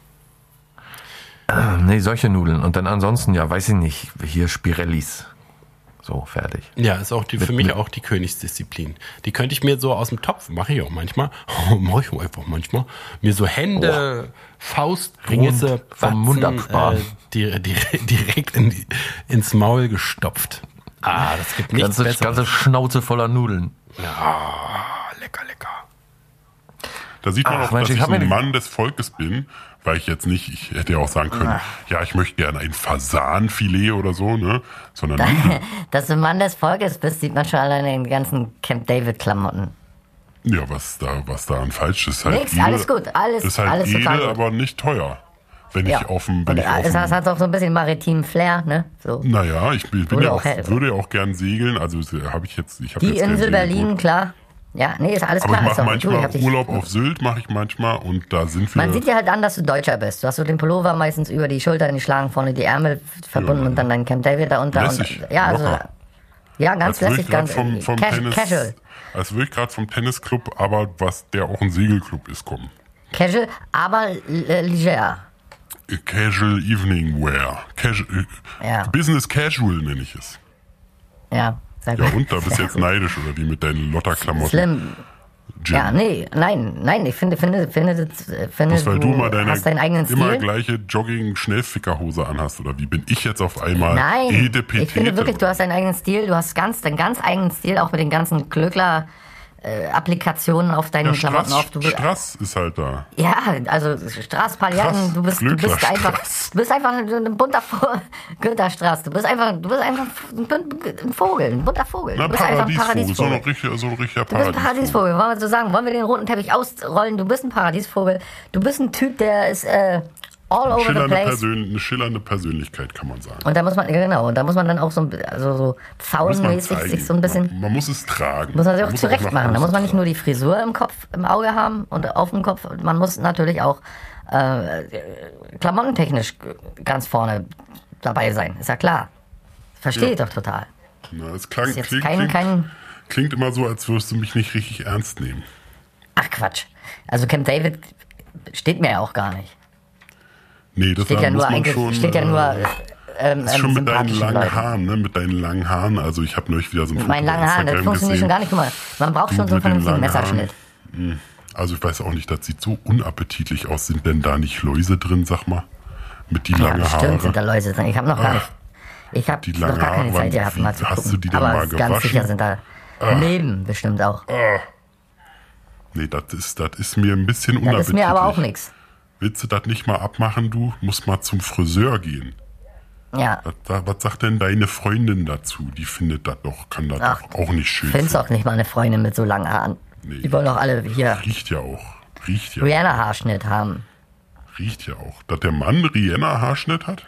Speaker 2: Nee, solche Nudeln. Und dann ansonsten, ja, weiß ich nicht, hier Spirellis. So, fertig.
Speaker 1: Ja, ist auch für mich auch die Königsdisziplin. Die könnte ich mir so aus dem Topf, mache ich auch manchmal, mir so Hände, faustgroße
Speaker 2: vom Mund absparen.
Speaker 1: Direkt ins Maul gestopft. Das gibt nichts Besseres.
Speaker 2: Ganze Schnauze voller Nudeln.
Speaker 1: Ja, lecker.
Speaker 3: Da sieht man
Speaker 2: Ach,
Speaker 3: auch,
Speaker 2: Mensch,
Speaker 3: dass
Speaker 2: ich
Speaker 3: ich
Speaker 2: hab mir
Speaker 3: ein
Speaker 2: nicht-
Speaker 3: Mann des Volkes bin, weil ich jetzt nicht, ich hätte ja auch sagen können, ja, ich möchte gerne ein Fasanfilet oder so, ne? Sondern
Speaker 4: Dass du ein Mann des Volkes bist, sieht man schon alleine in den ganzen Camp David-Klamotten.
Speaker 3: ja, was daran falsch ist. Halt
Speaker 4: Nix,
Speaker 3: edel,
Speaker 4: alles gut,
Speaker 3: ist halt
Speaker 4: alles
Speaker 3: edel,
Speaker 4: total gut.
Speaker 3: aber nicht teuer. Wenn
Speaker 4: Ja.
Speaker 3: ich auf dem,
Speaker 4: Und es hat auch so ein bisschen maritimen Flair, ne? So.
Speaker 3: naja, ich bin
Speaker 4: Würde
Speaker 3: ja
Speaker 4: auch
Speaker 3: auch,
Speaker 4: helfen.
Speaker 3: würde ja auch gern segeln, also habe ich jetzt,
Speaker 4: Die
Speaker 3: kein
Speaker 4: Insel
Speaker 3: Segelboot.
Speaker 4: Berlin, klar. Ja, nee, ist alles
Speaker 3: Aber
Speaker 4: klar.
Speaker 3: ich
Speaker 4: ist
Speaker 3: mache
Speaker 4: auch gut. Ich hab
Speaker 3: manchmal
Speaker 4: dich-
Speaker 3: Urlaub auf Sylt, mache ich manchmal und da sind wir.
Speaker 4: Man sieht ja halt an, dass du Deutscher bist. Du hast so den Pullover meistens über die Schulter, die schlagen vorne die Ärmel verbunden und dann dein Camp David da unter.
Speaker 3: lässig,
Speaker 4: Und, ja, also,
Speaker 3: locker.
Speaker 4: ja, ganz
Speaker 3: Als würde
Speaker 4: lässig,
Speaker 3: ich grad
Speaker 4: ganz
Speaker 3: vom Tennis,
Speaker 4: casual.
Speaker 3: als würde ich gerade vom Tennisclub, aber der auch ein Segelclub ist, kommen.
Speaker 4: Casual, aber leger.
Speaker 3: Casual Evening Wear.
Speaker 4: Ja.
Speaker 3: Business Casual nenne ich es.
Speaker 4: Ja, sehr
Speaker 3: Ja
Speaker 4: gut.
Speaker 3: und, da bist du jetzt neidisch oder wie mit deinen Lotter-Klamotten.
Speaker 4: Slim.
Speaker 3: Jim.
Speaker 4: Ja, nein, ich finde,
Speaker 3: Bloß weil du mal
Speaker 4: hast deinen eigenen
Speaker 3: immer
Speaker 4: Stil.
Speaker 3: gleiche Jogging-Schnellfickerhose anhast oder wie bin ich jetzt auf einmal
Speaker 4: Nein,
Speaker 3: Edepetete?
Speaker 4: ich finde wirklich, du hast deinen eigenen Stil, du hast deinen ganz eigenen Stil, auch mit den ganzen Glöckler Applikationen auf deinen Klamotten auf.
Speaker 3: Strass ist halt da.
Speaker 4: Ja, also Straß, Paletten,
Speaker 3: Krass,
Speaker 4: du bist
Speaker 3: Glöckler-Straß.
Speaker 4: einfach ein bunter Günther Straß. Du bist einfach ein Vogel, ein bunter Vogel.
Speaker 3: Na,
Speaker 4: Du bist einfach ein
Speaker 3: Paradiesvogel.
Speaker 4: Paradiesvogel.
Speaker 3: So ein richtiger
Speaker 4: Du bist ein Paradiesvogel. Wollen wir so sagen? Wollen wir den roten Teppich ausrollen? Du bist ein Paradiesvogel. Du bist ein Typ, der ist all over the place.
Speaker 3: Eine schillernde Persönlichkeit, kann man sagen.
Speaker 4: Und da muss man, genau, und da muss man dann auch so
Speaker 3: Muss man
Speaker 4: faunmäßig
Speaker 3: zeigen.
Speaker 4: sich so ein bisschen,
Speaker 3: Man muss es tragen.
Speaker 4: muss man sich auch
Speaker 3: nach
Speaker 4: zurecht machen. Da
Speaker 3: außen
Speaker 4: muss man nicht
Speaker 3: tragen.
Speaker 4: nur die Frisur im Auge haben und auf dem Kopf. Man muss natürlich auch klamottentechnisch ganz vorne dabei sein. Ist ja klar. Verstehe ich doch total.
Speaker 3: Na, es
Speaker 4: Ist jetzt kein
Speaker 3: klingt immer so, als würdest du mich nicht richtig ernst nehmen.
Speaker 4: Ach Quatsch. Also Camp David steht mir ja auch gar nicht.
Speaker 3: Nee, das
Speaker 4: Steht ja
Speaker 3: muss
Speaker 4: nur
Speaker 3: man
Speaker 4: eigentlich,
Speaker 3: schon.
Speaker 4: steht ja nur
Speaker 3: ist schon mit deinen
Speaker 4: sympathischen
Speaker 3: langen
Speaker 4: Leuten.
Speaker 3: Haaren, ne? Mit deinen langen Haaren. Also ich habe neulich wieder so ein
Speaker 4: Mit meinen langen Haaren, das
Speaker 3: Instagram
Speaker 4: funktioniert schon
Speaker 3: gesehen.
Speaker 4: gar nicht. Guck mal, man braucht schon so einen
Speaker 3: mit den
Speaker 4: vernünftigen
Speaker 3: langen Haaren.
Speaker 4: Messerschnitt.
Speaker 3: Also ich weiß auch nicht, das sieht so unappetitlich aus. Sind denn da nicht Läuse drin, sag mal? Mit die
Speaker 4: Ja,
Speaker 3: lange
Speaker 4: bestimmt sind da
Speaker 3: Haare.
Speaker 4: Läuse drin. Ich habe noch gar nicht. Ich habe
Speaker 3: Die
Speaker 4: noch
Speaker 3: lange
Speaker 4: gar keine
Speaker 3: Haare,
Speaker 4: Zeit gehabt,
Speaker 3: wie
Speaker 4: mal zu
Speaker 3: hast
Speaker 4: gucken.
Speaker 3: du die denn
Speaker 4: Aber
Speaker 3: mal
Speaker 4: ganz
Speaker 3: gewaschen?
Speaker 4: sicher sind da Milben bestimmt auch.
Speaker 3: Nee, das ist mir ein bisschen
Speaker 4: Das
Speaker 3: unappetitlich.
Speaker 4: ist mir aber auch nichts.
Speaker 3: Willst du das nicht mal abmachen, du? Musst mal zum Friseur gehen.
Speaker 4: Ja,
Speaker 3: Was sagt denn deine Freundin dazu? Die findet das doch, kann das
Speaker 4: Ach,
Speaker 3: doch auch nicht schön
Speaker 4: ich find's
Speaker 3: finden.
Speaker 4: auch nicht mal eine Freundin mit so langen Haaren.
Speaker 3: Nee.
Speaker 4: Die wollen doch alle hier
Speaker 3: Riecht ja auch.
Speaker 4: Rihanna-Haarschnitt haben.
Speaker 3: Riecht ja auch. Dass der Mann Rihanna-Haarschnitt hat?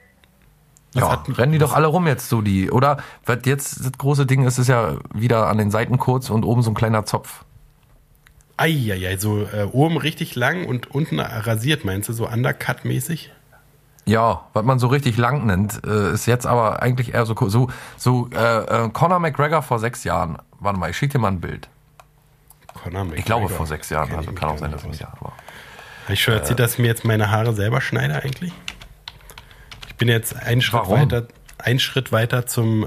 Speaker 2: Ja, rennen die doch alle rum jetzt so die. Oder was jetzt das große Ding ist, ist ja wieder an den Seiten kurz und oben so ein kleiner Zopf.
Speaker 1: Eieiei, so oben richtig lang und unten rasiert, meinst du, so Undercut-mäßig?
Speaker 2: Ja, was man so richtig lang nennt, ist jetzt aber eigentlich eher so Conor McGregor vor 6 Jahren. Warte mal, ich schicke dir mal ein Bild.
Speaker 1: Conor McGregor.
Speaker 2: Ich glaube vor 6 Jahren,
Speaker 1: Kenn ich
Speaker 2: also
Speaker 1: mich
Speaker 2: kann auch
Speaker 1: gar
Speaker 2: sein,
Speaker 1: nicht
Speaker 2: dass
Speaker 1: aus.
Speaker 2: nicht. Aber
Speaker 1: Habe ich schon erzählt, dass ich mir jetzt meine Haare selber schneide eigentlich? Ich bin jetzt einen Schritt weiter zum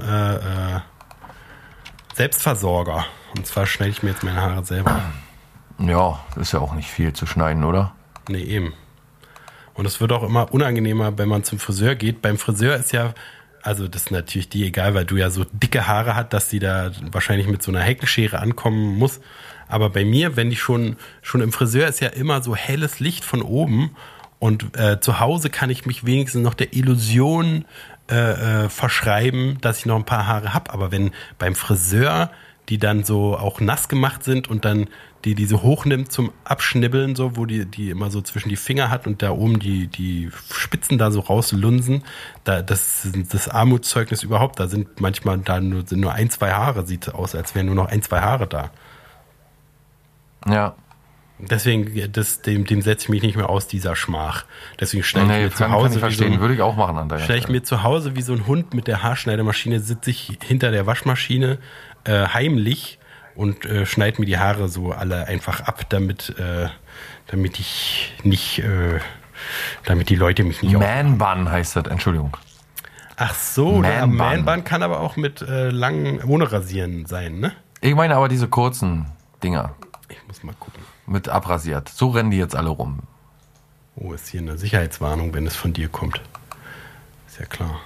Speaker 1: Selbstversorger. Und zwar schneide ich mir jetzt meine Haare selber.
Speaker 2: ja, ist ja auch nicht viel zu schneiden, oder?
Speaker 1: Nee, eben. Und es wird auch immer unangenehmer, wenn man zum Friseur geht. Beim Friseur ist ja, also das ist natürlich dir egal, weil du ja so dicke Haare hast, dass die da wahrscheinlich mit so einer Heckenschere ankommen muss. Aber bei mir, wenn die schon im Friseur ist ja immer so helles Licht von oben. Und zu Hause kann ich mich wenigstens noch der Illusion verschreiben, dass ich noch ein paar Haare habe. Aber wenn beim Friseur die dann so auch nass gemacht sind und dann die so hochnimmt zum Abschnibbeln, so, wo die immer so zwischen die Finger hat und da oben die Spitzen da so rauslunsen, das ist das Armutszeugnis überhaupt. Da sind manchmal sind nur 1, 2 Haare, sieht aus, als wären nur noch 1, 2 Haare da.
Speaker 2: Ja.
Speaker 1: Deswegen, dem setze ich mich nicht mehr aus, dieser Schmach. Deswegen schneide ich mir zu
Speaker 2: kann
Speaker 1: Hause
Speaker 2: ich verstehen.
Speaker 1: wie so
Speaker 2: Würde ich auch machen an deiner
Speaker 1: stelle ich
Speaker 2: Stelle.
Speaker 1: mir zu Hause wie so ein Hund mit der Haarschneidemaschine, sitze ich hinter der Waschmaschine heimlich und schneide mir die Haare so alle einfach ab, damit ich nicht, damit die Leute mich nicht
Speaker 2: Man-Bun heißt das, Entschuldigung.
Speaker 1: Ach so, der
Speaker 2: Man-Bun.
Speaker 1: Man-Bun kann aber auch mit langen, ohne Rasieren sein, ne?
Speaker 2: Ich meine aber diese kurzen Dinger
Speaker 1: Ich muss mal gucken.
Speaker 2: mit abrasiert. So rennen die jetzt alle rum.
Speaker 1: Oh, ist hier eine Sicherheitswarnung, wenn es von dir kommt. Ist ja klar.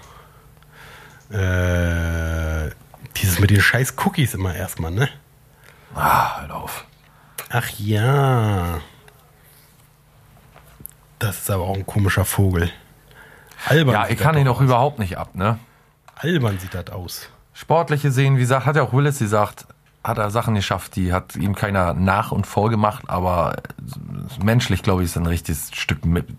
Speaker 1: Dieses mit den scheiß Cookies immer erstmal, ne?
Speaker 2: Ah, hör auf.
Speaker 1: Ach ja. Das ist aber auch ein komischer Vogel. Albern
Speaker 2: Ja, ich kann ihn auch überhaupt nicht ab, ne?
Speaker 1: Albern sieht das aus.
Speaker 2: Sportliche Szenen, wie gesagt, hat ja auch Willis gesagt, hat er Sachen geschafft, die hat ihm keiner nach und vorgemacht, aber menschlich, glaube ich, ist ein richtiges Stück Mist.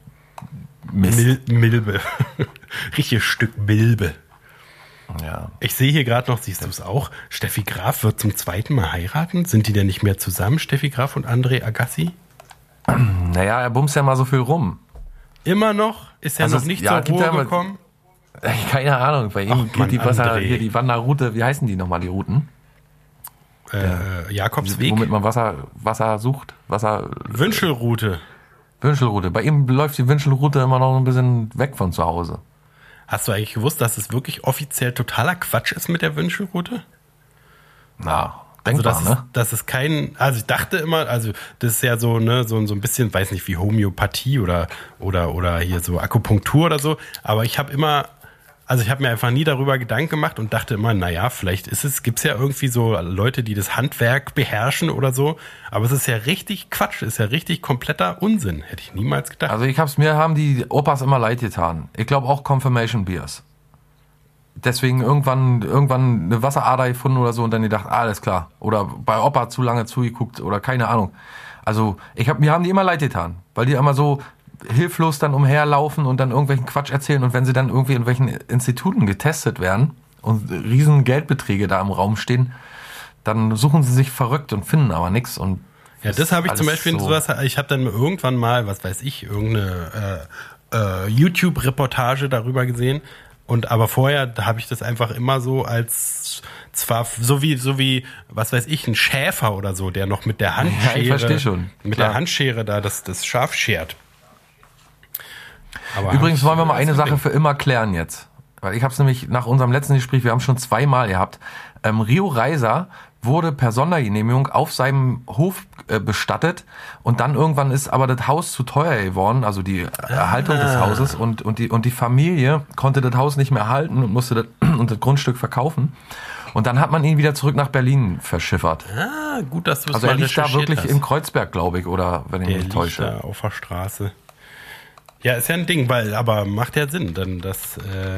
Speaker 1: Milbe. Richtiges Stück Milbe.
Speaker 2: Ja.
Speaker 1: Ich sehe hier gerade noch, siehst du es auch, Steffi Graf wird zum zweiten Mal heiraten. Sind die denn nicht mehr zusammen, Steffi Graf und André Agassi?
Speaker 2: Naja, er bumst ja mal so viel rum.
Speaker 1: Immer noch? Ist er
Speaker 2: Also
Speaker 1: noch nicht
Speaker 2: ja,
Speaker 1: zur Ruhe
Speaker 2: gibt ja
Speaker 1: gekommen?
Speaker 2: Keine Ahnung, bei ihm
Speaker 1: Ach,
Speaker 2: geht
Speaker 1: Mann,
Speaker 2: die
Speaker 1: André.
Speaker 2: die Wanderroute, wie heißen die nochmal, die Routen?
Speaker 1: Jakobsweg?
Speaker 2: Womit man Wasser sucht,
Speaker 1: Wünschelroute.
Speaker 2: Wünschelroute. Bei ihm läuft die Wünschelroute immer noch ein bisschen weg von zu Hause.
Speaker 1: Hast du eigentlich gewusst, dass es wirklich offiziell totaler Quatsch ist mit der Wünschelroute?
Speaker 2: Na,
Speaker 1: Also
Speaker 2: denkbar, ne?
Speaker 1: das ist kein, also ich dachte immer, also das ist ja so, ne, so ein bisschen, weiß nicht, wie Homöopathie oder hier so Akupunktur oder so, aber ich habe mir einfach nie darüber Gedanken gemacht und dachte immer, naja, vielleicht gibt's ja irgendwie so Leute, die das Handwerk beherrschen oder so, aber es ist ja richtig Quatsch, ist ja richtig kompletter Unsinn, hätte ich niemals gedacht.
Speaker 2: Also mir haben die Opas immer leid getan. Ich glaube auch Confirmation Biers. Deswegen irgendwann eine Wasserader gefunden oder so und dann gedacht, alles klar. Oder bei Opa zu lange zugeguckt oder keine Ahnung. Also mir haben die immer leid getan, weil die immer so hilflos dann umherlaufen und dann irgendwelchen Quatsch erzählen und wenn sie dann irgendwie in welchen Instituten getestet werden und riesen Geldbeträge da im Raum stehen, dann suchen sie sich verrückt und finden aber nichts und
Speaker 1: ja, das habe ich zum
Speaker 2: alles
Speaker 1: Beispiel
Speaker 2: so.
Speaker 1: sowas, ich habe dann irgendwann mal, was weiß ich, irgendeine YouTube-Reportage darüber gesehen. Aber vorher habe ich das einfach immer so als zwar so wie was weiß ich, ein Schäfer oder so, der noch mit der Handschere,
Speaker 2: Ja, ich verstehe schon.
Speaker 1: mit
Speaker 2: Klar.
Speaker 1: der Handschere da das Schaf schert. Aber
Speaker 2: Übrigens wollen wir mal eine Sache für immer klären jetzt. Weil ich habe es nämlich nach unserem letzten Gespräch, wir haben es schon zweimal gehabt, Rio Reiser wurde per Sondergenehmigung auf seinem Hof bestattet und dann irgendwann ist aber das Haus zu teuer geworden, also die Erhaltung des Hauses und die Familie konnte das Haus nicht mehr halten und musste das Grundstück verkaufen. Und dann hat man ihn wieder zurück nach Berlin verschiffert.
Speaker 1: Ah, gut, dass du es
Speaker 2: Also
Speaker 1: mal
Speaker 2: er liegt da
Speaker 1: recherchiert
Speaker 2: wirklich
Speaker 1: hast.
Speaker 2: in Kreuzberg, glaube ich, oder wenn ich
Speaker 1: Der
Speaker 2: mich
Speaker 1: liegt
Speaker 2: täusche.
Speaker 1: da auf der Straße. Ja, ist ja ein Ding, aber macht ja Sinn, dann dass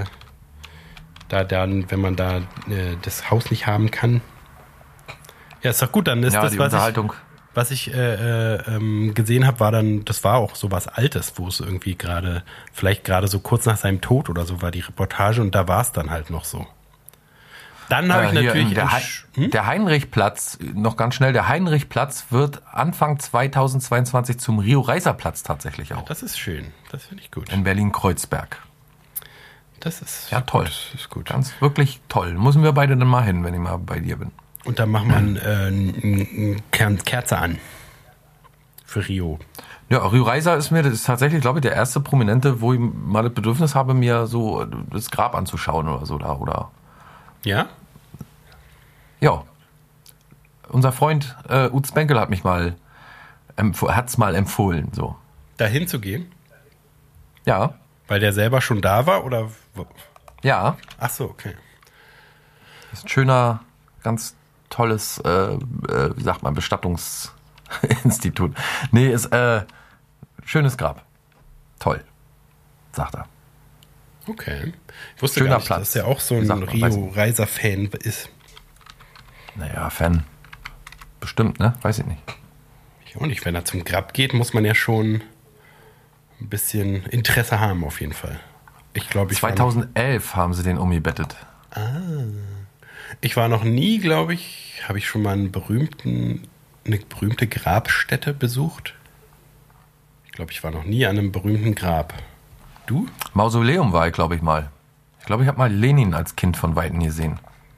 Speaker 1: wenn man da das Haus nicht haben kann. Ja, ist doch gut, dann ist
Speaker 2: Ja,
Speaker 1: das,
Speaker 2: die
Speaker 1: was
Speaker 2: Unterhaltung.
Speaker 1: ich gesehen habe, das war auch so was Altes, wo es irgendwie vielleicht gerade so kurz nach seinem Tod oder so war die Reportage und da war es dann halt noch so. Dann habe ich natürlich...
Speaker 2: Der Heinrichplatz, noch ganz schnell, der Heinrichplatz wird Anfang 2022 zum Rio-Reiser-Platz tatsächlich auch.
Speaker 1: Das ist schön, das finde ich gut.
Speaker 2: In Berlin-Kreuzberg.
Speaker 1: Das ist
Speaker 2: Ja, toll.
Speaker 1: Das ist gut.
Speaker 2: Ganz wirklich toll. Müssen wir beide dann mal hin, wenn ich mal bei dir bin.
Speaker 1: Und dann machen wir eine Kerze an. Für Rio.
Speaker 2: Ja, Rio Reiser das ist tatsächlich, glaube ich, der erste Prominente, wo ich mal das Bedürfnis habe, mir so das Grab anzuschauen oder so da, oder.
Speaker 1: Ja?
Speaker 2: Ja. Unser Freund Utz Benkel hat mich mal empfohlen, so.
Speaker 1: Dahin zu gehen?
Speaker 2: Ja.
Speaker 1: Weil der selber schon da war oder?
Speaker 2: Ja.
Speaker 1: Ach so, okay.
Speaker 2: Das ist ein schöner, ganz tolles, wie sagt man, Bestattungsinstitut. Nee, ist schönes Grab. Toll, sagt er.
Speaker 1: Okay. Ich wusste
Speaker 2: Schöner
Speaker 1: gar nicht,
Speaker 2: Platz.
Speaker 1: dass er auch so
Speaker 2: Wie
Speaker 1: ein
Speaker 2: sagt man, weiß
Speaker 1: Rio-Reiser-Fan ist.
Speaker 2: Naja, Fan. Bestimmt, ne? Weiß ich nicht.
Speaker 1: Ich auch nicht. Wenn er zum Grab geht, muss man ja schon ein bisschen Interesse haben, auf jeden Fall. Ich glaube,
Speaker 2: 2011 haben sie den umgebettet.
Speaker 1: Ich war noch nie, glaube ich, habe ich schon mal eine berühmte Grabstätte besucht. Ich glaube, ich war noch nie an einem berühmten Grab. Du?
Speaker 2: Mausoleum war ich, glaube ich, mal. Ich glaube, ich habe mal Lenin als Kind von Weitem gesehen.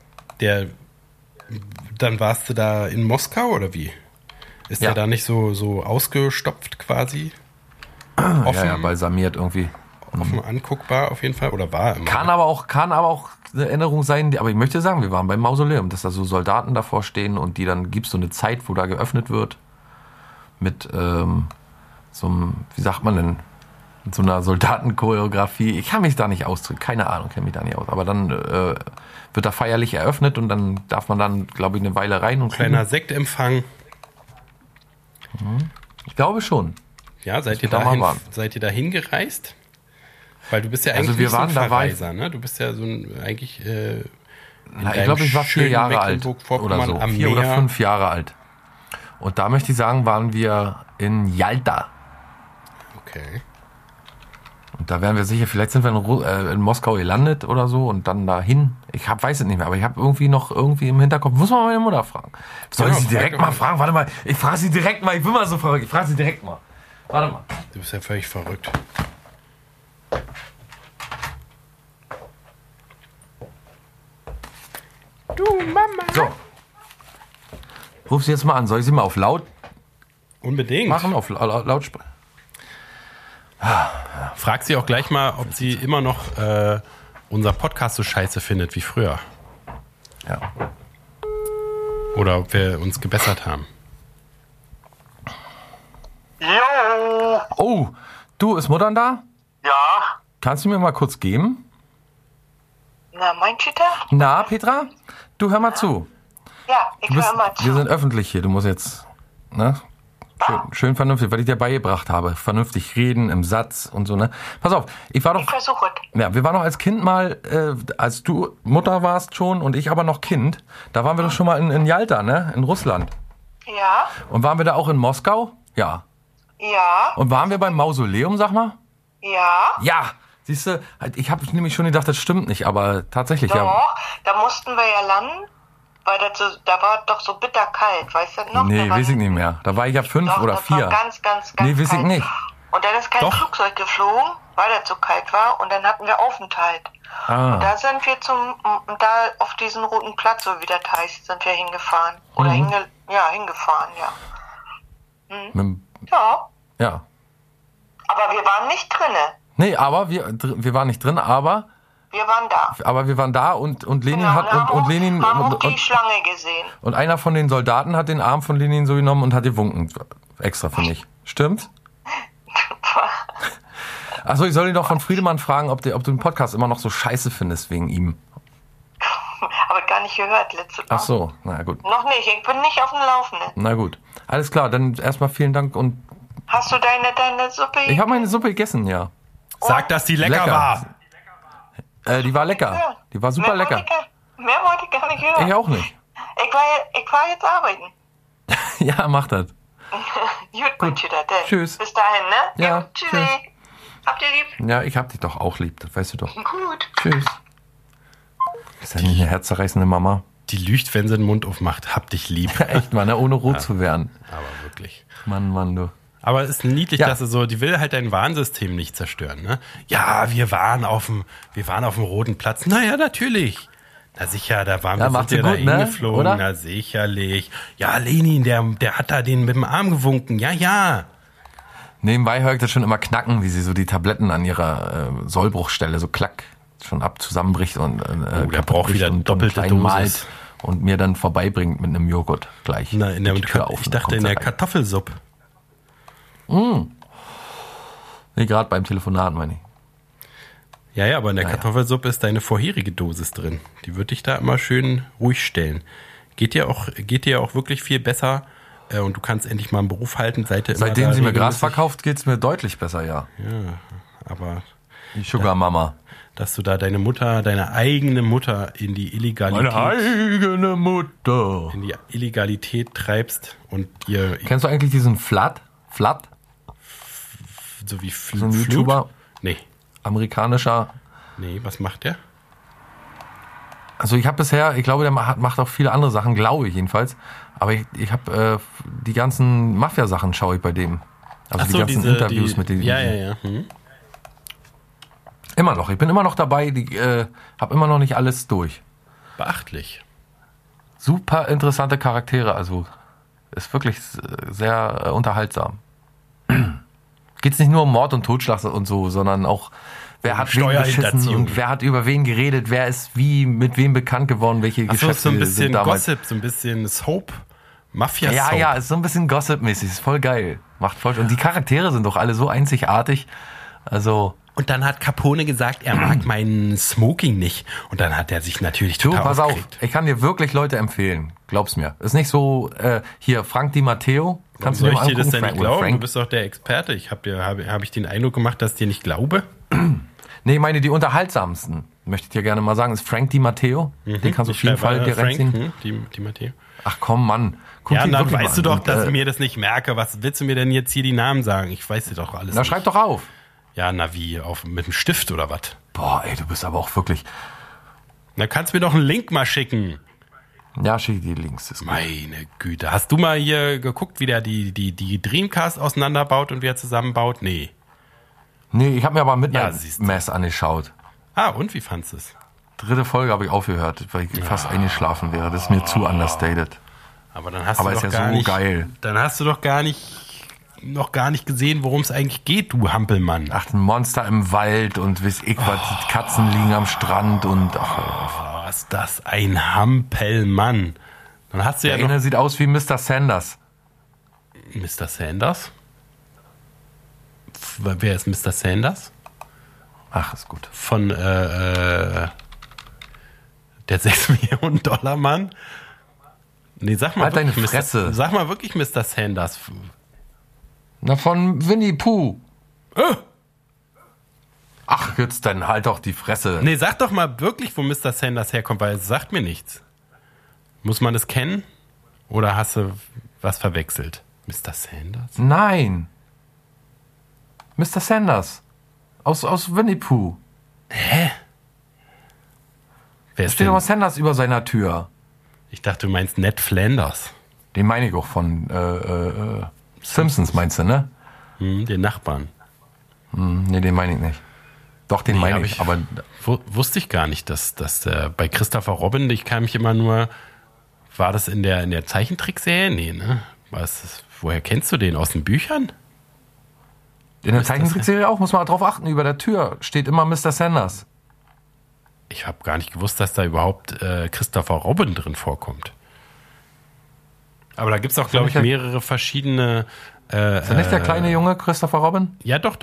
Speaker 1: Dann warst du da in Moskau oder wie? Ist
Speaker 2: Ja.
Speaker 1: der da nicht so ausgestopft quasi? Offen,
Speaker 2: Ja, balsamiert irgendwie.
Speaker 1: offen anguckbar auf jeden Fall? Oder war immer?
Speaker 2: Kann aber auch eine Erinnerung sein, aber ich möchte sagen, wir waren beim Mausoleum, dass da so Soldaten davor stehen und die dann gibt es so eine Zeit, wo da geöffnet wird mit so einem, wie sagt man denn, mit so einer Soldatenchoreografie. Ich kann mich da nicht ausdrücken, keine Ahnung, kenne mich da nicht aus. Aber dann wird da feierlich eröffnet und dann darf man dann, glaube ich, eine Weile rein und
Speaker 1: Kleiner Sektempfang.
Speaker 2: Ich glaube schon.
Speaker 1: Ja, seid ihr
Speaker 2: wir da mal waren.
Speaker 1: Seid ihr da hingereist? Weil du bist ja eigentlich
Speaker 2: Also wir
Speaker 1: nicht so ein
Speaker 2: waren, da war ich-
Speaker 1: Verreiser, ne? Du bist ja so ein eigentlich
Speaker 2: Ich glaube, ich war 4 Jahre alt oder so. 4 oder 5 Jahre alt. Und da möchte ich sagen, waren wir in Jalta.
Speaker 1: Okay.
Speaker 2: Und da wären wir sicher, vielleicht sind wir in Moskau gelandet oder so und dann dahin. Weiß es nicht mehr, aber ich habe irgendwie im Hinterkopf, muss man meine Mutter fragen. Soll ich sie direkt mal fragen? Warte mal, ich frage sie direkt mal, ich bin mal so verrückt, ich frage sie direkt mal. Warte mal.
Speaker 1: Du bist ja völlig verrückt. Du Mama.
Speaker 2: So. Ruf sie jetzt mal an. Soll ich sie mal auf laut
Speaker 1: Unbedingt.
Speaker 2: machen? Auf Lautsprecher?
Speaker 1: Frag sie auch gleich mal, ob sie immer noch unser Podcast so scheiße findet wie früher.
Speaker 2: Ja.
Speaker 1: Oder ob wir uns gebessert haben.
Speaker 5: Jo!
Speaker 2: Oh, du, ist Mutter da?
Speaker 5: Ja?
Speaker 2: Kannst du mir mal kurz geben?
Speaker 5: Na, meinst du da?
Speaker 2: Na, Petra? Du, hör mal zu.
Speaker 5: Ja, ich
Speaker 2: Du bist,
Speaker 5: höre mal zu.
Speaker 2: wir sind öffentlich hier. Du musst jetzt, ne? Schön vernünftig, was ich dir beigebracht habe. Vernünftig reden im Satz und so, ne? Pass auf,
Speaker 5: Ich versuche es.
Speaker 2: Ja, wir waren noch als Kind mal, als du Mutter warst schon und ich aber noch Kind, da waren wir doch schon mal in Jalta, ne? In Russland.
Speaker 5: Ja?
Speaker 2: Und waren wir da auch in Moskau? Ja.
Speaker 5: Ja?
Speaker 2: Und waren wir beim Mausoleum, sag mal?
Speaker 5: Ja?
Speaker 2: Ja. Siehst du, ich habe nämlich schon gedacht, das stimmt nicht, aber tatsächlich, ja.
Speaker 5: Doch, da mussten wir ja landen, weil da war doch so bitterkalt, weißt du noch?
Speaker 2: Nee,
Speaker 5: Da war-
Speaker 2: weiß ich nicht mehr. Da war ich ja 5
Speaker 5: Doch,
Speaker 2: oder
Speaker 5: das
Speaker 2: 4.
Speaker 5: war ganz, ganz, ganz
Speaker 2: Nee, weiß ich
Speaker 5: kalt.
Speaker 2: nicht.
Speaker 5: Und dann ist kein
Speaker 1: Doch.
Speaker 5: Flugzeug geflogen, weil das so kalt war, und dann hatten wir Aufenthalt.
Speaker 2: Ah.
Speaker 5: Und da sind wir da auf diesen roten Platz, so wie das heißt, sind wir hingefahren. Oder
Speaker 2: Mhm.
Speaker 5: hingefahren, ja. Ja.
Speaker 2: Ja.
Speaker 5: Aber wir waren nicht drinne.
Speaker 2: Nee, aber wir waren nicht drin, aber
Speaker 5: Wir waren da.
Speaker 2: wir waren da und Lenin
Speaker 5: Genau,
Speaker 2: hat
Speaker 5: haben
Speaker 2: und Lenin
Speaker 5: haben auch die
Speaker 2: und
Speaker 5: Schlange gesehen.
Speaker 2: einer von den Soldaten hat den Arm von Lenin so genommen und hat gewunken. Extra für mich. Stimmt's? Achso, ich soll ihn doch von Friedemann fragen, ob du den Podcast immer noch so scheiße findest wegen ihm.
Speaker 5: Aber gar nicht gehört letzte Mal.
Speaker 2: Ach so, na gut.
Speaker 5: Noch nicht, ich bin nicht auf dem Laufenden.
Speaker 2: Na gut. Alles klar, dann erstmal vielen Dank und
Speaker 5: Hast du deine Suppe?
Speaker 2: ich habe meine Suppe gegessen, ja.
Speaker 1: Sag, dass die lecker war.
Speaker 2: Die war lecker.
Speaker 5: Ja.
Speaker 2: Die war super lecker.
Speaker 5: Mehr wollte ich gar nicht hören.
Speaker 2: Ich auch nicht.
Speaker 5: Ich war jetzt arbeiten.
Speaker 2: Ja, mach das.
Speaker 5: Gut, wünsche dir das.
Speaker 2: Tschüss.
Speaker 5: Bis dahin, ne?
Speaker 2: Ja,
Speaker 5: Jo, tschüss.
Speaker 2: tschüss.
Speaker 5: Habt ihr lieb?
Speaker 2: Ja, ich hab dich doch auch lieb, das weißt du doch.
Speaker 5: Gut.
Speaker 2: Tschüss. Ist ja nicht eine herzzerreißende Mama.
Speaker 1: Die lügt, wenn sie den Mund aufmacht. Hab dich lieb.
Speaker 2: Echt, Mann, ne? Ohne rot zu werden.
Speaker 1: Aber wirklich.
Speaker 2: Mann, du.
Speaker 1: Aber es ist niedlich,
Speaker 2: Ja.
Speaker 1: dass sie so, die will halt dein Warnsystem nicht zerstören, ne? Ja, wir waren auf dem roten Platz. Naja, natürlich. Na sicher, da waren
Speaker 2: Ja,
Speaker 1: wir,
Speaker 2: macht
Speaker 1: sind
Speaker 2: sie
Speaker 1: wir da
Speaker 2: gut, ne?
Speaker 1: hingeflogen.
Speaker 2: Oder?
Speaker 1: Na sicherlich. Ja, Lenin, der hat da den mit dem Arm gewunken. Ja, ja.
Speaker 2: Nebenbei höre ich das schon immer knacken, wie sie so die Tabletten an ihrer Sollbruchstelle so klack schon zusammenbricht und
Speaker 1: der braucht wieder
Speaker 2: und
Speaker 1: doppelte
Speaker 2: klein
Speaker 1: Dosis.
Speaker 2: malt und mir dann vorbeibringt mit einem Joghurt gleich.
Speaker 1: Na, in der,
Speaker 2: Die Tür auf
Speaker 1: ich
Speaker 2: und dann
Speaker 1: dachte in
Speaker 2: kommt
Speaker 1: der
Speaker 2: sie rein.
Speaker 1: Kartoffelsuppe.
Speaker 2: Nee, gerade beim Telefonat, meine ich.
Speaker 1: Ja, aber in der
Speaker 2: Naja.
Speaker 1: Kartoffelsuppe ist deine vorherige Dosis drin. Die würde dich da immer schön ruhig stellen. Geht dir auch wirklich viel besser und du kannst endlich mal einen Beruf halten.
Speaker 2: Seitdem sie mir Gras verkauft, geht's mir deutlich besser, ja.
Speaker 1: Aber
Speaker 2: Die Sugar Mama.
Speaker 1: dass du da deine eigene Mutter in die
Speaker 2: eigene Mutter.
Speaker 1: Illegalität treibst und ihr
Speaker 2: Kennst du eigentlich diesen Flat?
Speaker 1: so wie
Speaker 2: So ein YouTuber, amerikanischer.
Speaker 1: Nee, was macht der?
Speaker 2: Also ich glaube, der macht auch viele andere Sachen, glaube ich jedenfalls. Aber ich habe die ganzen Mafia-Sachen schaue ich bei dem. Also
Speaker 1: Ach so,
Speaker 2: die ganzen Interviews mit denen.
Speaker 1: Ja.
Speaker 2: Immer noch. Ich bin immer noch dabei. Habe immer noch nicht alles durch.
Speaker 1: Beachtlich.
Speaker 2: Super interessante Charaktere. Also ist wirklich sehr unterhaltsam. Geht's nicht nur um Mord und Totschlag und so, sondern auch wer hat wen beschissen
Speaker 1: Steuerhinterziehung.
Speaker 2: und wer hat über wen geredet, wer ist wie mit wem bekannt geworden, welche
Speaker 1: Achso,
Speaker 2: Geschäfte
Speaker 1: so ein bisschen
Speaker 2: sind damals.
Speaker 1: Gossip, so ein bisschen Soap. Mafia-Soap.
Speaker 2: Ja, ist so ein bisschen Gossip-mäßig, ist voll geil. Macht voll. Und die Charaktere sind doch alle so einzigartig. Also,
Speaker 1: Und dann hat Capone gesagt, er mag meinen Smoking nicht. Und dann hat er sich natürlich total
Speaker 2: pass auf,
Speaker 1: aufgeregt.
Speaker 2: ich kann dir wirklich Leute empfehlen. Glaub's mir. Ist nicht so, hier, Frank Di Matteo. Kannst du
Speaker 1: Soll
Speaker 2: dir
Speaker 1: ich
Speaker 2: mal
Speaker 1: dir das
Speaker 2: angucken?
Speaker 1: denn nicht
Speaker 2: Frank oder
Speaker 1: glauben? Du
Speaker 2: Frank?
Speaker 1: bist doch der Experte. Hab ich den Eindruck gemacht, dass ich dir nicht glaube?
Speaker 2: Nee, ich meine, die unterhaltsamsten, möchte ich dir gerne mal sagen, ist Frank Di Matteo. Den kannst du auf jeden Fall dir
Speaker 1: Frank,
Speaker 2: reinziehen.
Speaker 1: die Matteo.
Speaker 2: Ach komm, Mann. Guck
Speaker 1: Ja,
Speaker 2: dir
Speaker 1: dann
Speaker 2: wirklich
Speaker 1: weißt du
Speaker 2: mal an.
Speaker 1: doch, dass
Speaker 2: Und,
Speaker 1: ich mir das nicht merke. Was willst du mir denn jetzt hier die Namen sagen? Ich weiß dir doch alles
Speaker 2: Na,
Speaker 1: nicht.
Speaker 2: schreib doch auf.
Speaker 1: Ja, na wie, mit dem Stift oder was?
Speaker 2: Boah, ey, du bist aber auch wirklich...
Speaker 1: Na, kannst du mir doch einen Link mal schicken.
Speaker 2: Ja, schick die Links. Ist gut.
Speaker 1: Meine Güte. Hast du mal hier geguckt, wie der die Dreamcast auseinanderbaut und wie er zusammenbaut? Nee.
Speaker 2: Nee, ich habe mir aber mit
Speaker 1: Ja,
Speaker 2: einer
Speaker 1: siehst du.
Speaker 2: Mess angeschaut.
Speaker 1: Ah, und wie fandst du es?
Speaker 2: 3. Folge habe ich aufgehört, weil ich fast eingeschlafen wäre. Das ist mir zu understated.
Speaker 1: Aber dann hast
Speaker 2: Aber
Speaker 1: du
Speaker 2: ist
Speaker 1: doch
Speaker 2: ja
Speaker 1: gar
Speaker 2: so
Speaker 1: nicht,
Speaker 2: geil.
Speaker 1: Dann hast du doch noch gar nicht gesehen, worum es eigentlich geht, du Hampelmann.
Speaker 2: Ach, ein Monster im Wald und weiß ich was, die Katzen liegen am Strand und ach,
Speaker 1: Oh, ist das ein Hampelmann. Dann hast du
Speaker 2: der
Speaker 1: ja noch
Speaker 2: eine sieht aus wie Mr. Sanders.
Speaker 1: Mr. Sanders. Wer ist Mr. Sanders?
Speaker 2: Ach, ist gut.
Speaker 1: Von der 6 Millionen Dollar Mann. Nee, sag mal
Speaker 2: Halt deine
Speaker 1: wirklich
Speaker 2: Fresse.
Speaker 1: Sag mal wirklich Mr. Sanders.
Speaker 2: Na, von Winnie Pooh. Ach, jetzt dann halt doch die Fresse.
Speaker 1: Nee, sag doch mal wirklich, wo Mr. Sanders herkommt, weil es sagt mir nichts. Muss man das kennen? Oder hast du was verwechselt? Mr. Sanders?
Speaker 2: Nein. Mr. Sanders. Aus Winnie Pooh.
Speaker 1: Wer
Speaker 2: Da
Speaker 1: ist
Speaker 2: steht aber
Speaker 1: denn?
Speaker 2: Sanders über seiner Tür.
Speaker 1: Ich dachte, du meinst Ned Flanders.
Speaker 2: Den meine ich auch von Simpsons, meinst du, ne?
Speaker 1: Den Nachbarn.
Speaker 2: Nee, den meine ich nicht. Doch, den meine
Speaker 1: hab
Speaker 2: ich. Aber
Speaker 1: Wusste ich gar nicht, dass bei Christopher Robin, ich kann mich immer nur, war das in der Zeichentrickserie? Nee, ne? Woher kennst du den? Aus den Büchern?
Speaker 2: in der Zeichentrickserie auch, muss man drauf achten. Über der Tür steht immer Mr. Sanders.
Speaker 1: Ich habe gar nicht gewusst, dass da überhaupt Christopher Robin drin vorkommt. Aber da gibt es auch, glaube ich,
Speaker 2: nicht
Speaker 1: mehrere verschiedene.
Speaker 2: Ist er nicht der kleine Junge Christopher Robin?
Speaker 1: Ja, doch.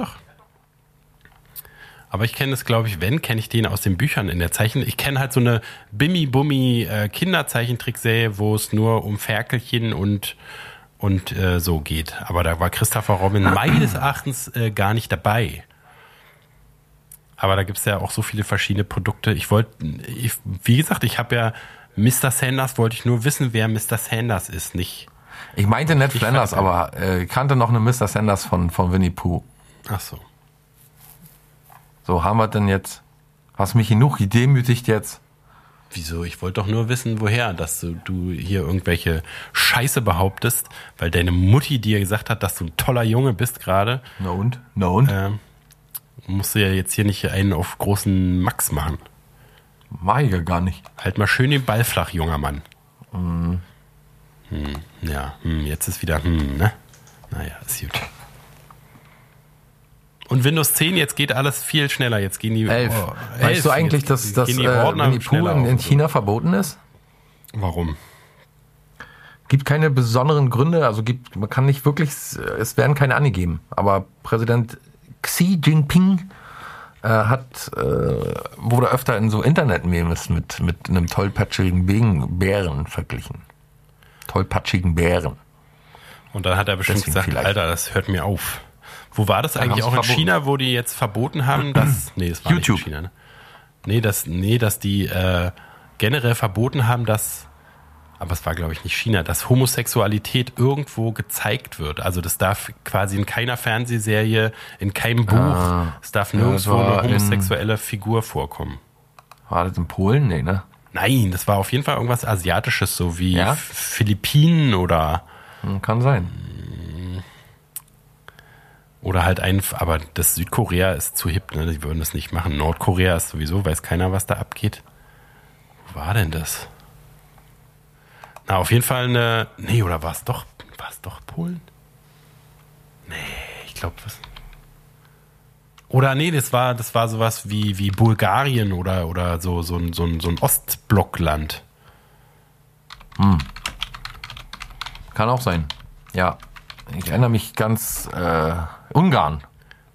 Speaker 1: Aber ich kenne es, glaube ich, kenne ich den aus den Büchern in der Zeichen. Ich kenne halt so eine Bimmi-Bummi Kinderzeichentrickserie, wo es nur um Ferkelchen und so geht. Aber da war Christopher Robin meines Erachtens gar nicht dabei. Aber da gibt es ja auch so viele verschiedene Produkte. Wie gesagt, ich habe ja Mr. Sanders, wollte ich nur wissen, wer Mr. Sanders ist, nicht.
Speaker 2: Ich meinte Ned
Speaker 1: Ich
Speaker 2: Flanders,
Speaker 1: weiß nicht.
Speaker 2: aber ich kannte noch eine Mr. Sanders von Winnie Pooh.
Speaker 1: Ach so.
Speaker 2: So, haben wir denn jetzt... Hast mich genug gedemütigt jetzt?
Speaker 1: Wieso? Ich wollte doch nur wissen, woher, dass du hier irgendwelche Scheiße behauptest, weil deine Mutti dir gesagt hat, dass du ein toller Junge bist gerade.
Speaker 2: Na und?
Speaker 1: Musst du ja jetzt hier nicht einen auf großen Max machen.
Speaker 2: Mach ich ja gar nicht.
Speaker 1: Halt mal schön den Ball flach, junger Mann. Jetzt ist wieder, ne? Naja, ist gut. Und Windows 10, jetzt geht alles viel schneller. Jetzt gehen die...
Speaker 2: 11.
Speaker 1: Oh,
Speaker 2: Weißt du eigentlich,
Speaker 1: Jetzt
Speaker 2: dass
Speaker 1: gehen die Ordner
Speaker 2: Winnie Pooh
Speaker 1: schneller
Speaker 2: in
Speaker 1: und so.
Speaker 2: China verboten ist?
Speaker 1: Warum?
Speaker 2: Gibt keine besonderen Gründe, also man kann nicht wirklich, es werden keine angegeben. Aber Präsident Xi Jinping wurde öfter in so Internet-Memes mit einem tollpatschigen Bären verglichen. Tollpatschigen Bären.
Speaker 1: Und dann hat er bestimmt
Speaker 2: Deswegen
Speaker 1: gesagt,
Speaker 2: vielleicht.
Speaker 1: Alter, das hört mir auf. Wo war das eigentlich?
Speaker 2: haben
Speaker 1: Auch
Speaker 2: sie
Speaker 1: in
Speaker 2: verboten.
Speaker 1: China, wo die jetzt verboten haben, dass... Nee, das war
Speaker 2: YouTube.
Speaker 1: nicht in China, ne? Dass die generell verboten haben, dass... Aber es war, glaube ich, nicht China, dass Homosexualität irgendwo gezeigt wird. Also das darf quasi in keiner Fernsehserie, in keinem Buch, es darf nirgendwo
Speaker 2: das war
Speaker 1: eine homosexuelle Figur vorkommen.
Speaker 2: War das in Polen? Nee, ne?
Speaker 1: Nein, das war auf jeden Fall irgendwas Asiatisches, so wie
Speaker 2: Ja?
Speaker 1: Philippinen oder
Speaker 2: Kann sein.
Speaker 1: halt aber das Südkorea ist zu hip, ne? Die würden das nicht machen. Nordkorea ist sowieso, weiß keiner, was da abgeht. Wo war denn das? Na, auf jeden Fall oder war es doch Polen? Nee, ich glaube, oder nee, das war sowas wie Bulgarien oder so ein Ostblockland.
Speaker 2: Kann auch sein. Ja. Ich erinnere mich ganz, Ungarn.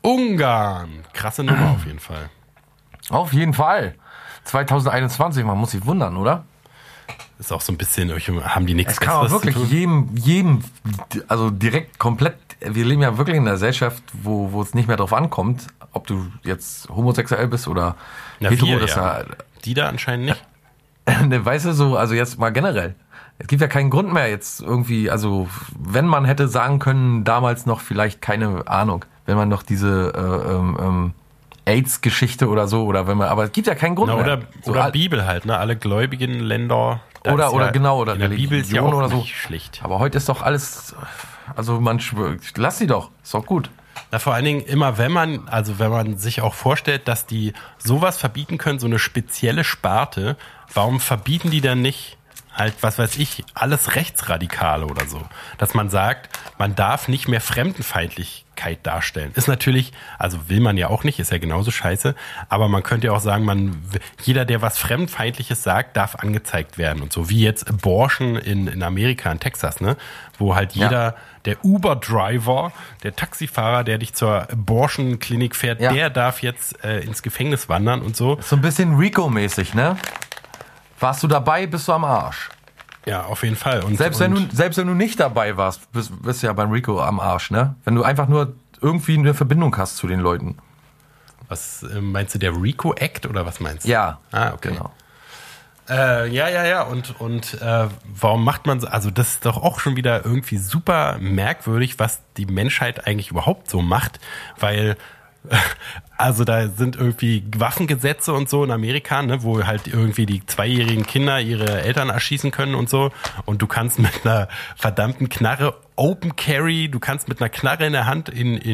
Speaker 1: Ungarn. Krasse Nummer auf jeden Fall.
Speaker 2: Auf jeden Fall. 2021, man muss sich wundern, oder?
Speaker 1: Ist auch so ein bisschen, haben die nichts
Speaker 2: Es kann auch
Speaker 1: Besseres
Speaker 2: wirklich
Speaker 1: zu tun?
Speaker 2: jedem, also direkt komplett, wir leben ja wirklich in einer Gesellschaft, wo es nicht mehr drauf ankommt, ob du jetzt homosexuell bist oder hetero, das ja.
Speaker 1: Die da anscheinend nicht.
Speaker 2: Ne, weißt du, so, also jetzt mal generell. Es gibt ja keinen Grund mehr jetzt irgendwie, also wenn man hätte sagen können, damals noch vielleicht, keine Ahnung, wenn man noch diese AIDS-Geschichte oder so, oder wenn man, aber es gibt ja keinen Grund mehr.
Speaker 1: Oder Bibel halt, ne? Alle gläubigen Länder.
Speaker 2: Oder
Speaker 1: in
Speaker 2: der
Speaker 1: Bibel ist ja auch
Speaker 2: oder so.
Speaker 1: nicht schlecht.
Speaker 2: Aber heute ist doch alles, also lass sie doch, ist doch gut.
Speaker 1: Na, vor allen Dingen immer, wenn man sich auch vorstellt, dass die sowas verbieten können, so eine spezielle Sparte, warum verbieten die dann nicht halt, was weiß ich, alles Rechtsradikale oder so? Dass man sagt, man darf nicht mehr Fremdenfeindlichkeit darstellen. Ist natürlich, also will man ja auch nicht, ist ja genauso scheiße, aber man könnte ja auch sagen, jeder, der was Fremdenfeindliches sagt, darf angezeigt werden und so, wie jetzt Abortion in Amerika, in Texas, ne? Wo halt jeder, der Uber-Driver, der Taxifahrer, der dich zur Abortion-Klinik fährt, der darf jetzt ins Gefängnis wandern und so.
Speaker 2: So ein bisschen Rico-mäßig, ne? Warst du dabei, bist du am Arsch.
Speaker 1: Ja, auf jeden Fall. Und
Speaker 2: selbst wenn du nicht dabei warst, bist du ja beim Rico am Arsch, ne? Wenn du einfach nur irgendwie eine Verbindung hast zu den Leuten.
Speaker 1: Was meinst du, der Rico Act oder was meinst du?
Speaker 2: Ja.
Speaker 1: Ah, okay.
Speaker 2: Genau.
Speaker 1: Ja. Und warum macht man so? Also das ist doch auch schon wieder irgendwie super merkwürdig, was die Menschheit eigentlich überhaupt so macht, weil also da sind irgendwie Waffengesetze und so in Amerika, ne, wo halt irgendwie die 2-jährigen Kinder ihre Eltern erschießen können und so. Und du kannst mit einer verdammten Knarre Open Carry, du kannst mit einer Knarre in der Hand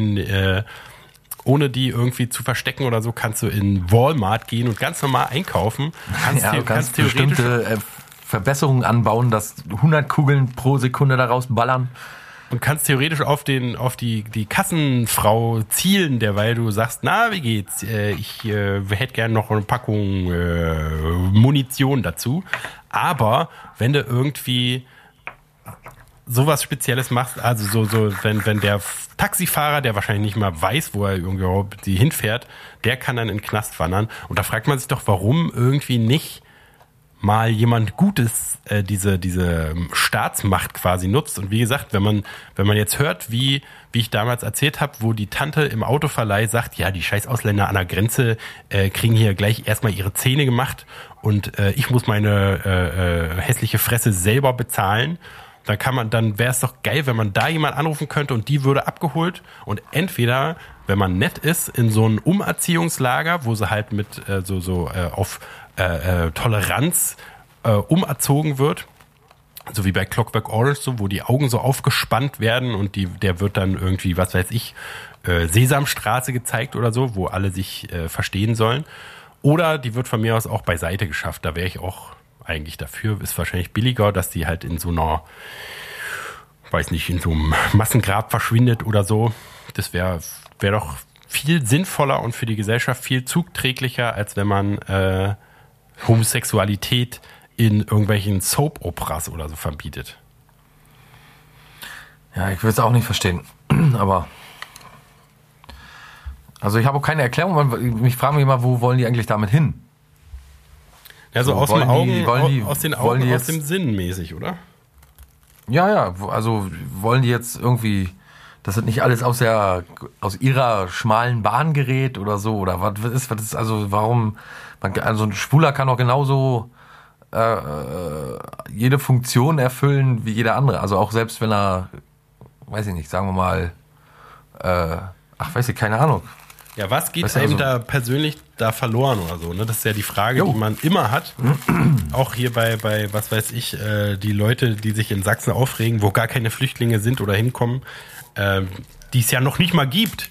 Speaker 1: ohne die irgendwie zu verstecken oder so, kannst du in Walmart gehen und ganz normal einkaufen.
Speaker 2: Du kannst bestimmte Verbesserungen anbauen, dass 100 Kugeln pro Sekunde daraus ballern.
Speaker 1: Und kannst theoretisch auf die Kassenfrau zielen, derweil du sagst, na, wie geht's? Ich hätte gerne noch eine Packung Munition dazu. Aber wenn du irgendwie sowas Spezielles machst, also wenn der Taxifahrer, der wahrscheinlich nicht mal weiß, wo er irgendwie hinfährt, der kann dann in den Knast wandern. Und da fragt man sich doch, warum irgendwie nicht mal jemand Gutes diese Staatsmacht quasi nutzt. Und wie gesagt, wenn man jetzt hört, wie ich damals erzählt habe, wo die Tante im Autoverleih sagt, ja, die scheiß Ausländer an der Grenze kriegen hier gleich erstmal ihre Zähne gemacht und ich muss meine hässliche Fresse selber bezahlen, dann wäre es doch geil, wenn man da jemand anrufen könnte und die würde abgeholt und entweder, wenn man nett ist, in so ein Umerziehungslager, wo sie halt mit auf Toleranz umerzogen wird, so wie bei Clockwork Orange, so, wo die Augen so aufgespannt werden und der wird dann irgendwie, was weiß ich, Sesamstraße gezeigt oder so, wo alle sich verstehen sollen. Oder die wird von mir aus auch beiseite geschafft. Da wäre ich auch eigentlich dafür. Ist wahrscheinlich billiger, dass die halt in so einer, weiß nicht, in so einem Massengrab verschwindet oder so. Das wäre doch viel sinnvoller und für die Gesellschaft viel zugträglicher, als wenn man Homosexualität in irgendwelchen Soap-Operas oder so verbietet.
Speaker 2: Ja, ich würde es auch nicht verstehen. Aber also ich habe auch keine Erklärung. Mich fragen wir mal, wo wollen die eigentlich damit hin?
Speaker 1: Ja, so aus den Augen, aus dem Sinn mäßig, oder?
Speaker 2: Ja, also wollen die jetzt irgendwie, dass das nicht alles aus ihrer schmalen Bahn gerät oder so, oder was ist, also warum, also ein Schwuler kann doch genauso jede Funktion erfüllen wie jeder andere, also auch selbst wenn er, weiß ich nicht, sagen wir mal, weiß ich, keine Ahnung.
Speaker 1: Ja, was geht einem da persönlich da verloren oder so, ne? Das ist ja die Frage, die man immer hat. Auch hier bei, was weiß ich, die Leute, die sich in Sachsen aufregen, wo gar keine Flüchtlinge sind oder hinkommen, die es ja noch nicht mal gibt.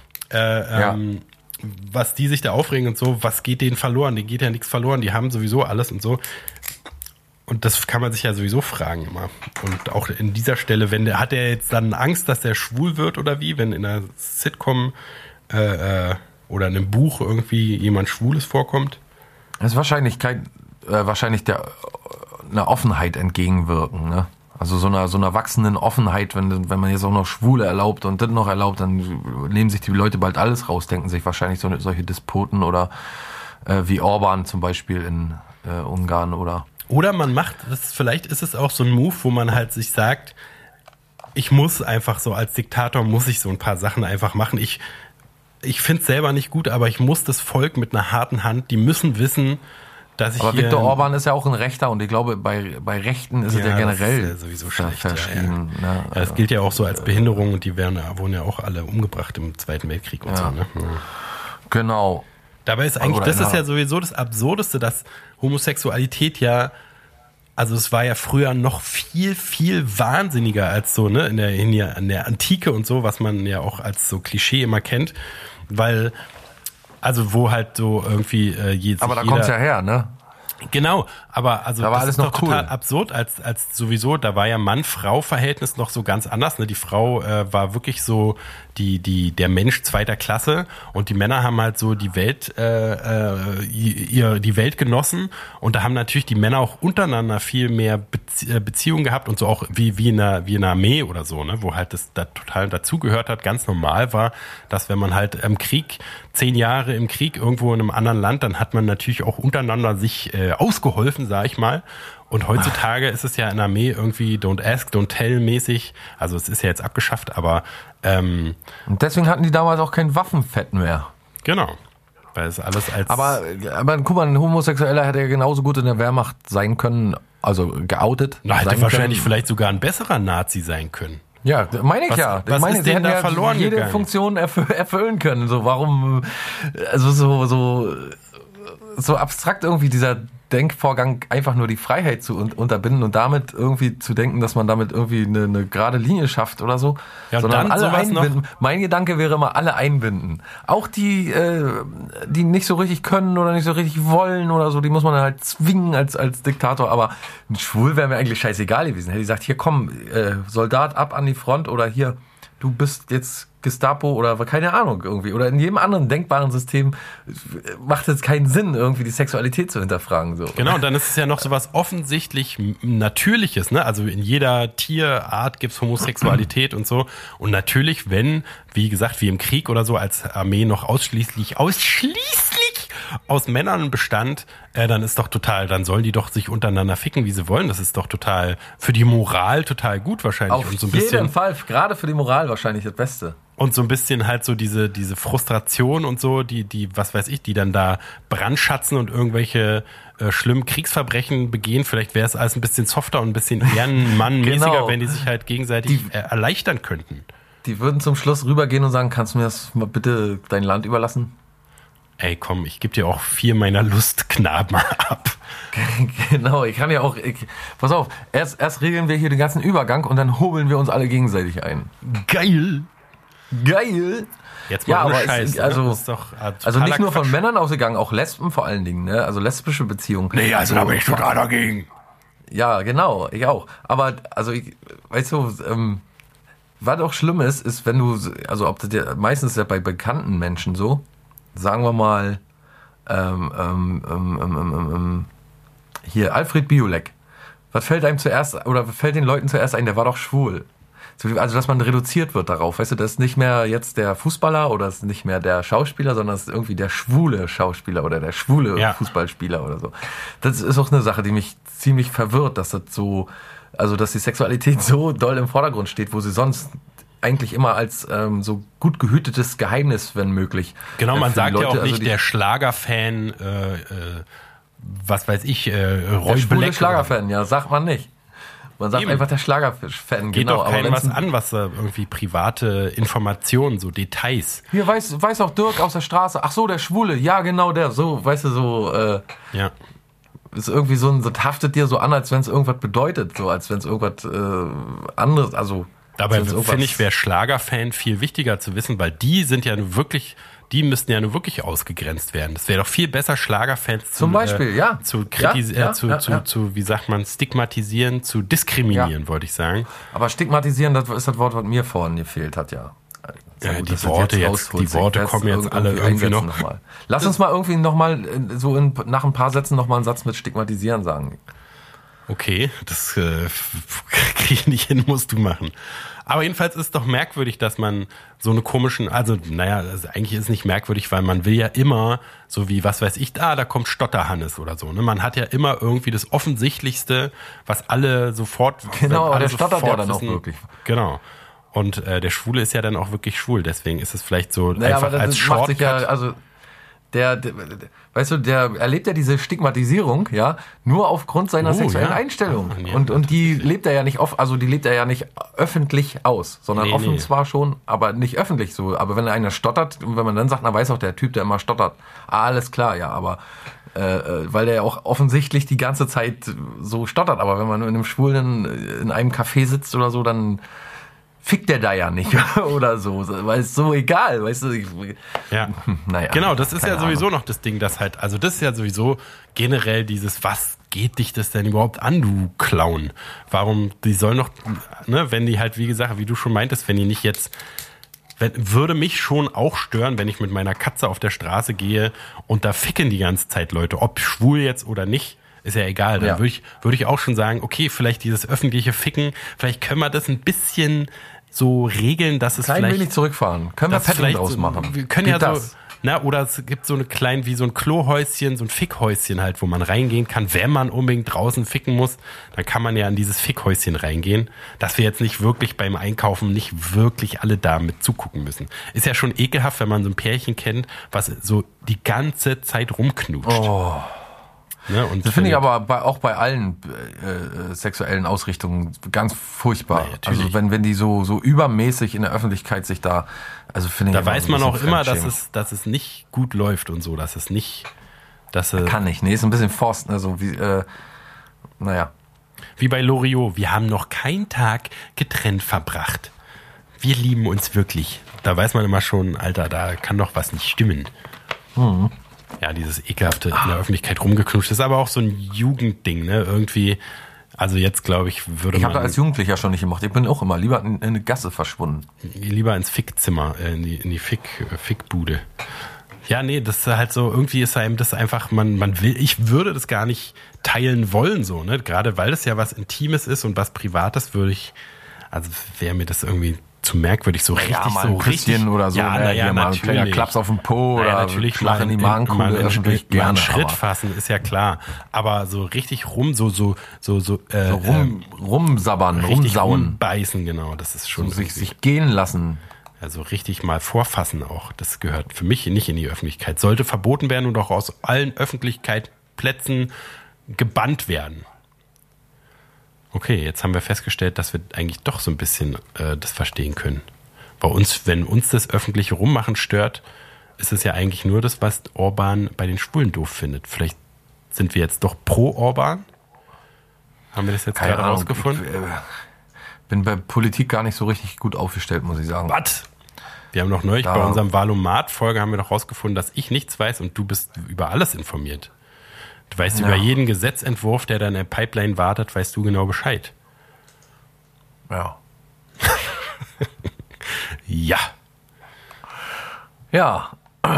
Speaker 1: Was die sich da aufregen und so, was geht denen verloren? Denen geht ja nichts verloren, die haben sowieso alles und so. Und das kann man sich ja sowieso fragen immer. Und auch in dieser Stelle, hat er jetzt dann Angst, dass der schwul wird oder wie? Wenn in einer Sitcom oder in einem Buch irgendwie jemand Schwules vorkommt?
Speaker 2: Das ist wahrscheinlich einer Offenheit entgegenwirken, ne? Also so einer wachsenden Offenheit, wenn man jetzt auch noch Schwule erlaubt und das noch erlaubt, dann nehmen sich die Leute bald alles raus, denken sich wahrscheinlich solche Despoten oder wie Orban zum Beispiel in Ungarn oder...
Speaker 1: Oder man macht, vielleicht ist es auch so ein Move, wo man halt sich sagt, ich muss einfach so als Diktator, muss ich so ein paar Sachen einfach machen. Ich finde es selber nicht gut, aber ich muss das Volk mit einer harten Hand, die müssen wissen, dass ich
Speaker 2: aber Viktor Orban ist ja auch ein Rechter und ich glaube, bei Rechten ist es ja generell
Speaker 1: das ist ja sowieso schlecht.
Speaker 2: verschrieben.
Speaker 1: Ja.
Speaker 2: Ne?
Speaker 1: Das gilt ja auch so als Behinderung und die wurden ja auch alle umgebracht im Zweiten Weltkrieg und so. Ne? Ja.
Speaker 2: Genau.
Speaker 1: Dabei ist eigentlich, das ist ja sowieso das Absurdeste, dass Homosexualität ja, also es war ja früher noch viel, viel wahnsinniger als so, ne, in der Antike und so, was man ja auch als so Klischee immer kennt, weil, also wo halt so irgendwie
Speaker 2: aber da kommt's ja her, ne?
Speaker 1: Genau, aber also
Speaker 2: da war
Speaker 1: das
Speaker 2: alles
Speaker 1: ist
Speaker 2: noch
Speaker 1: doch total absurd, als sowieso, da war ja Mann-Frau-Verhältnis noch so ganz anders. Ne? Die Frau war wirklich so der Mensch zweiter Klasse und die Männer haben halt so die Welt genossen und da haben natürlich die Männer auch untereinander viel mehr Beziehungen gehabt und so auch wie in einer Armee oder so, ne? Wo halt das da total dazugehört hat, ganz normal war, dass wenn man halt im Krieg 10 Jahre im Krieg irgendwo in einem anderen Land, dann hat man natürlich auch untereinander sich ausgeholfen, sag ich mal. Und heutzutage ist es ja in der Armee irgendwie Don't Ask, Don't Tell mäßig. Also es ist ja jetzt abgeschafft, aber
Speaker 2: und deswegen hatten die damals auch kein Waffenfett mehr.
Speaker 1: Genau. Weil es alles als...
Speaker 2: Aber guck mal, ein Homosexueller hätte ja genauso gut in der Wehrmacht sein können, also geoutet.
Speaker 1: Na, hätte wahrscheinlich vielleicht sogar ein besserer Nazi sein können.
Speaker 2: Ja, meine ich ja.
Speaker 1: Was ist denen da verloren
Speaker 2: jede
Speaker 1: gegangen?
Speaker 2: Funktion erfüllen können. So, warum, also so abstrakt irgendwie dieser Denkvorgang, einfach nur die Freiheit zu unterbinden und damit irgendwie zu denken, dass man damit irgendwie eine gerade Linie schafft oder so.
Speaker 1: Ja, und
Speaker 2: sondern
Speaker 1: dann
Speaker 2: alle
Speaker 1: sowas
Speaker 2: einbinden.
Speaker 1: noch.
Speaker 2: Mein Gedanke wäre immer, alle einbinden. Auch die nicht so richtig können oder nicht so richtig wollen oder so, die muss man dann halt zwingen als Diktator. Aber ein Schwul wäre mir eigentlich scheißegal gewesen. Hätte ich gesagt, hier komm, Soldat ab an die Front oder hier, du bist jetzt Gestapo oder keine Ahnung irgendwie. Oder in jedem anderen denkbaren System macht es keinen Sinn, irgendwie die Sexualität zu hinterfragen. So.
Speaker 1: Genau, und dann ist es ja noch so was offensichtlich Natürliches, ne? Also in jeder Tierart gibt's Homosexualität und so. Und natürlich, wenn, wie gesagt, wie im Krieg oder so, als Armee noch ausschließlich aus Männern bestand, dann ist doch total, dann sollen die doch sich untereinander ficken, wie sie wollen. Das ist doch total, für die Moral total gut wahrscheinlich.
Speaker 2: Auf
Speaker 1: und so ein
Speaker 2: jeden
Speaker 1: bisschen,
Speaker 2: Fall, gerade für die Moral wahrscheinlich das Beste.
Speaker 1: Und so ein bisschen halt so diese Frustration und so, die, was weiß ich, die dann da brandschatzen und irgendwelche schlimmen Kriegsverbrechen begehen. Vielleicht wäre es alles ein bisschen softer und ein bisschen ehrenmannmäßiger,
Speaker 2: Genau.
Speaker 1: wenn die sich halt gegenseitig erleichtern könnten.
Speaker 2: Die würden zum Schluss rübergehen und sagen, kannst du mir das mal bitte dein Land überlassen?
Speaker 1: Ey, komm, ich gebe dir auch 4 meiner Lustknaben ab.
Speaker 2: Genau, ich kann ja auch, pass auf, erst regeln wir hier den ganzen Übergang und dann hobeln wir uns alle gegenseitig ein.
Speaker 1: Geil!
Speaker 2: Geil!
Speaker 1: Jetzt mal
Speaker 2: Ja,
Speaker 1: ohne
Speaker 2: aber
Speaker 1: Scheiß.
Speaker 2: also,
Speaker 1: Das ist doch
Speaker 2: also nicht nur von
Speaker 1: Quatsch.
Speaker 2: Männern ausgegangen, auch Lesben vor allen Dingen, ne? Also lesbische Beziehungen.
Speaker 1: Nee, also da bin ich total dagegen.
Speaker 2: Ja, genau, ich auch. Aber, also, weißt du, was auch schlimm ist, wenn du, also ob das ja, meistens ist ja bei bekannten Menschen so, sagen wir mal, hier, Alfred Biolek. Was fällt einem zuerst, oder fällt den Leuten zuerst ein, der war doch schwul. Also, dass man reduziert wird darauf. Weißt du, das ist nicht mehr jetzt der Fußballer oder das ist nicht mehr der Schauspieler, sondern das ist irgendwie der schwule Schauspieler oder der schwule Fußballspieler oder so. Das ist auch eine Sache, die mich ziemlich verwirrt, dass das so, also, dass die Sexualität so doll im Vordergrund steht, wo sie sonst eigentlich immer als so gut gehütetes Geheimnis, wenn möglich.
Speaker 1: Genau, man
Speaker 2: für die
Speaker 1: sagt ja
Speaker 2: Leute,
Speaker 1: auch nicht
Speaker 2: also
Speaker 1: der Schlagerfan, was weiß ich,
Speaker 2: der
Speaker 1: Roy
Speaker 2: schwule
Speaker 1: Black.
Speaker 2: Schlagerfan, ja, sagt man nicht. Man sagt
Speaker 1: Eben.
Speaker 2: einfach der Schlagerfan,
Speaker 1: Geht
Speaker 2: genau.
Speaker 1: doch keinem was
Speaker 2: wenn's
Speaker 1: an, was irgendwie private Informationen, so Details.
Speaker 2: Hier weiß auch Dirk aus der Straße. Ach so, der Schwule. Ja, genau der. So, weißt du, so
Speaker 1: Ja.
Speaker 2: ist irgendwie so ein, das haftet dir so an, als wenn es irgendwas bedeutet, so als wenn es irgendwas anderes, also
Speaker 1: Dabei
Speaker 2: als wenn's irgendwas-
Speaker 1: finde ich, wäre Schlagerfan viel wichtiger zu wissen, weil die sind ja nur wirklich, die müssten ja nur wirklich ausgegrenzt werden. Das wäre doch viel besser, Schlagerfans
Speaker 2: Zum Beispiel, ja.
Speaker 1: zu kritisieren,
Speaker 2: Ja,
Speaker 1: zu, wie sagt man, stigmatisieren, zu diskriminieren, wollte ich sagen.
Speaker 2: Aber stigmatisieren, das ist das Wort, was mir vorhin gefehlt hat, ja.
Speaker 1: Ja,
Speaker 2: gut,
Speaker 1: die
Speaker 2: dass du
Speaker 1: Worte jetzt,
Speaker 2: rausholst.
Speaker 1: die Worte
Speaker 2: Ich werd's
Speaker 1: kommen jetzt alle irgendwie
Speaker 2: einsetzen
Speaker 1: noch.
Speaker 2: mal. Lass uns mal irgendwie nochmal so nach ein paar Sätzen nochmal einen Satz mit stigmatisieren sagen.
Speaker 1: Okay, das kriege ich nicht hin, musst du machen. Aber jedenfalls ist es doch merkwürdig, dass man so eine komischen, also eigentlich ist es nicht merkwürdig, weil man will ja immer, so wie, was weiß ich, da kommt Stotterhannes oder so. Ne? Man hat ja immer irgendwie das Offensichtlichste, was alle sofort
Speaker 2: Genau, aber
Speaker 1: alle
Speaker 2: der stottert ja dann
Speaker 1: wissen.
Speaker 2: auch wirklich.
Speaker 1: Genau. Und der Schwule ist ja dann auch wirklich schwul, deswegen ist es vielleicht so
Speaker 2: Naja,
Speaker 1: einfach
Speaker 2: aber das
Speaker 1: als
Speaker 2: macht
Speaker 1: Shortcut.
Speaker 2: sich ja, also der, weißt du, der erlebt ja diese Stigmatisierung, ja, nur aufgrund seiner sexuellen
Speaker 1: ja.
Speaker 2: Einstellung.
Speaker 1: Ja,
Speaker 2: und die lebt er ja nicht die lebt er ja nicht öffentlich aus, sondern offen
Speaker 1: Nee.
Speaker 2: zwar schon, aber nicht öffentlich so. Aber wenn einer stottert, und wenn man dann sagt, na weiß auch der Typ, der immer stottert, alles klar, ja, aber weil der ja auch offensichtlich die ganze Zeit so stottert. Aber wenn man in einem Schwulen in einem Café sitzt oder so, dann fickt der da ja nicht oder so, weil es so egal, weißt du.
Speaker 1: Ja,
Speaker 2: Naja,
Speaker 1: genau, das ist ja
Speaker 2: keine
Speaker 1: sowieso
Speaker 2: Ahnung.
Speaker 1: noch das Ding, das halt, also das ist ja sowieso generell dieses, was geht dich das denn überhaupt an, du Clown? Warum, die sollen noch, ne, wenn die halt, wie gesagt, wie du schon meintest, wenn die nicht jetzt, würde mich schon auch stören, wenn ich mit meiner Katze auf der Straße gehe und da ficken die ganze Zeit Leute, ob schwul jetzt oder nicht. Ist ja egal, dann
Speaker 2: Ja.
Speaker 1: würde ich auch schon sagen, okay, vielleicht dieses öffentliche Ficken, vielleicht können wir das ein bisschen so regeln, dass es
Speaker 2: Klein
Speaker 1: vielleicht
Speaker 2: wenig zurückfahren. Können wir
Speaker 1: das
Speaker 2: Padding
Speaker 1: vielleicht
Speaker 2: draus
Speaker 1: so,
Speaker 2: machen.
Speaker 1: wir können
Speaker 2: Geht
Speaker 1: ja
Speaker 2: das?
Speaker 1: so, oder es gibt so eine kleine, wie so ein Klohäuschen, so ein Fickhäuschen halt, wo man reingehen kann. Wenn man unbedingt draußen ficken muss, dann kann man ja in dieses Fickhäuschen reingehen, dass wir jetzt nicht wirklich beim Einkaufen nicht wirklich alle da mit zugucken müssen. Ist ja schon ekelhaft, wenn man so ein Pärchen kennt, was so die ganze Zeit rumknutscht.
Speaker 2: Oh.
Speaker 1: Ne? Und
Speaker 2: Das finde ich aber auch bei allen sexuellen Ausrichtungen ganz furchtbar.
Speaker 1: Na, natürlich.
Speaker 2: Also wenn die so übermäßig in der Öffentlichkeit sich da, also finde ich
Speaker 1: da
Speaker 2: immer
Speaker 1: weiß
Speaker 2: so ein
Speaker 1: man auch
Speaker 2: bisschen
Speaker 1: immer,
Speaker 2: Fremdschämen.
Speaker 1: dass es nicht gut läuft und so, dass es nicht, dass
Speaker 2: Kann nicht, nee, ist ein bisschen forst, ne, so wie, naja.
Speaker 1: wie bei Loriot, wir haben noch keinen Tag getrennt verbracht. Wir lieben uns wirklich. Da weiß man immer schon, Alter, da kann doch was nicht stimmen. Ja, dieses ekelhafte in der Öffentlichkeit rumgeknutscht ist aber auch so ein Jugendding, ne? Irgendwie, also jetzt glaube ich, würde
Speaker 2: Ich habe
Speaker 1: man
Speaker 2: da als Jugendlicher schon nicht gemacht. Ich bin auch immer lieber in eine Gasse verschwunden.
Speaker 1: lieber ins Fickzimmer, in die Fickbude. Ja, nee, das ist halt so, irgendwie ist einem das einfach, ich würde das gar nicht teilen wollen, so, ne? Gerade weil das ja was Intimes ist und was Privates also wäre mir das irgendwie zu merkwürdig, so richtig,
Speaker 2: mal
Speaker 1: so
Speaker 2: ein
Speaker 1: richtig.
Speaker 2: Küsschen oder so,
Speaker 1: ja,
Speaker 2: ne?
Speaker 1: naja,
Speaker 2: Hier mal ein kleiner
Speaker 1: natürlich.
Speaker 2: Klaps auf den Po
Speaker 1: Naja,
Speaker 2: oder
Speaker 1: natürlich
Speaker 2: Schlag in die Magenkuhle
Speaker 1: mal
Speaker 2: öffentlich
Speaker 1: mal
Speaker 2: gerne.
Speaker 1: einen Schritt
Speaker 2: aber
Speaker 1: fassen, ist ja klar. Aber so richtig
Speaker 2: rumsabbern,
Speaker 1: richtig
Speaker 2: rumsauen,
Speaker 1: rumbeißen, genau, das ist schon
Speaker 2: sich gehen lassen.
Speaker 1: also richtig mal vorfassen auch. Das gehört für mich nicht in die Öffentlichkeit. Sollte verboten werden und auch aus allen Öffentlichkeitsplätzen gebannt werden. Okay, jetzt haben wir festgestellt, dass wir eigentlich doch so ein bisschen das verstehen können. Bei uns, wenn uns das öffentliche Rummachen stört, ist es ja eigentlich nur das, was Orban bei den Schwulen doof findet. Vielleicht sind wir jetzt doch pro Orban? Haben wir das jetzt
Speaker 2: Keine
Speaker 1: gerade
Speaker 2: Ahnung,
Speaker 1: rausgefunden?
Speaker 2: ich bin bei Politik gar nicht so richtig gut aufgestellt, muss ich sagen.
Speaker 1: Was? Wir haben noch neulich
Speaker 2: Da-
Speaker 1: bei unserem Valomat-Folge haben wir doch rausgefunden, dass ich nichts weiß und du bist über alles informiert. Du weißt
Speaker 2: Ja.
Speaker 1: über jeden Gesetzentwurf, der da in der Pipeline wartet, weißt du genau Bescheid.
Speaker 2: Ja.
Speaker 1: Ja.
Speaker 2: Ja,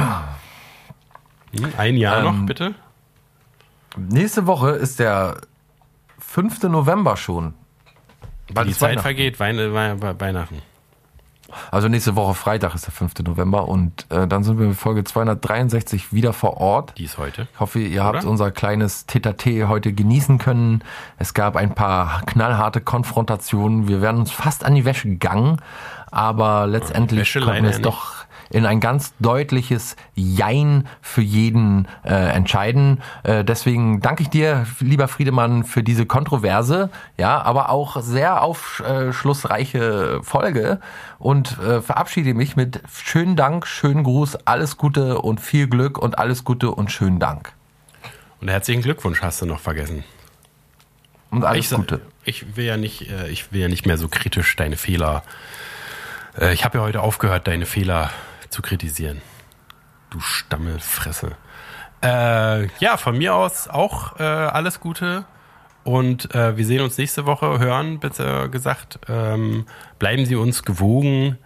Speaker 1: Ein Jahr noch, bitte.
Speaker 2: nächste Woche ist der 5. November schon. Bald
Speaker 1: Die
Speaker 2: ist
Speaker 1: Zeit
Speaker 2: Weihnachten.
Speaker 1: vergeht, Weihnachten.
Speaker 2: Also nächste Woche Freitag ist der 5. November und dann sind wir mit Folge 263 wieder vor Ort.
Speaker 1: Die ist heute.
Speaker 2: Ich hoffe, ihr habt
Speaker 1: Oder?
Speaker 2: unser kleines Tete-a-Tete heute genießen können. Es gab ein paar knallharte Konfrontationen. Wir wären uns fast an die Wäsche gegangen, aber letztendlich
Speaker 1: Wäscheleine
Speaker 2: konnten wir es
Speaker 1: nicht.
Speaker 2: doch in ein ganz deutliches Jein für jeden entscheiden. Deswegen danke ich dir, lieber Friedemann, für diese Kontroverse, ja, aber auch sehr aufschlussreiche Folge und verabschiede mich mit schönen Dank, schönen Gruß, alles Gute und viel Glück und alles Gute und schönen Dank.
Speaker 1: Und herzlichen Glückwunsch hast du noch vergessen.
Speaker 2: Und alles
Speaker 1: Ich-
Speaker 2: Gute.
Speaker 1: Ich will ja nicht mehr so kritisch deine Fehler. Ich habe ja heute aufgehört, deine Fehler zu kritisieren. Du Stammelfresse. Ja, von mir aus auch alles Gute. Und wir sehen uns nächste Woche, hören, besser gesagt. Bleiben Sie uns gewogen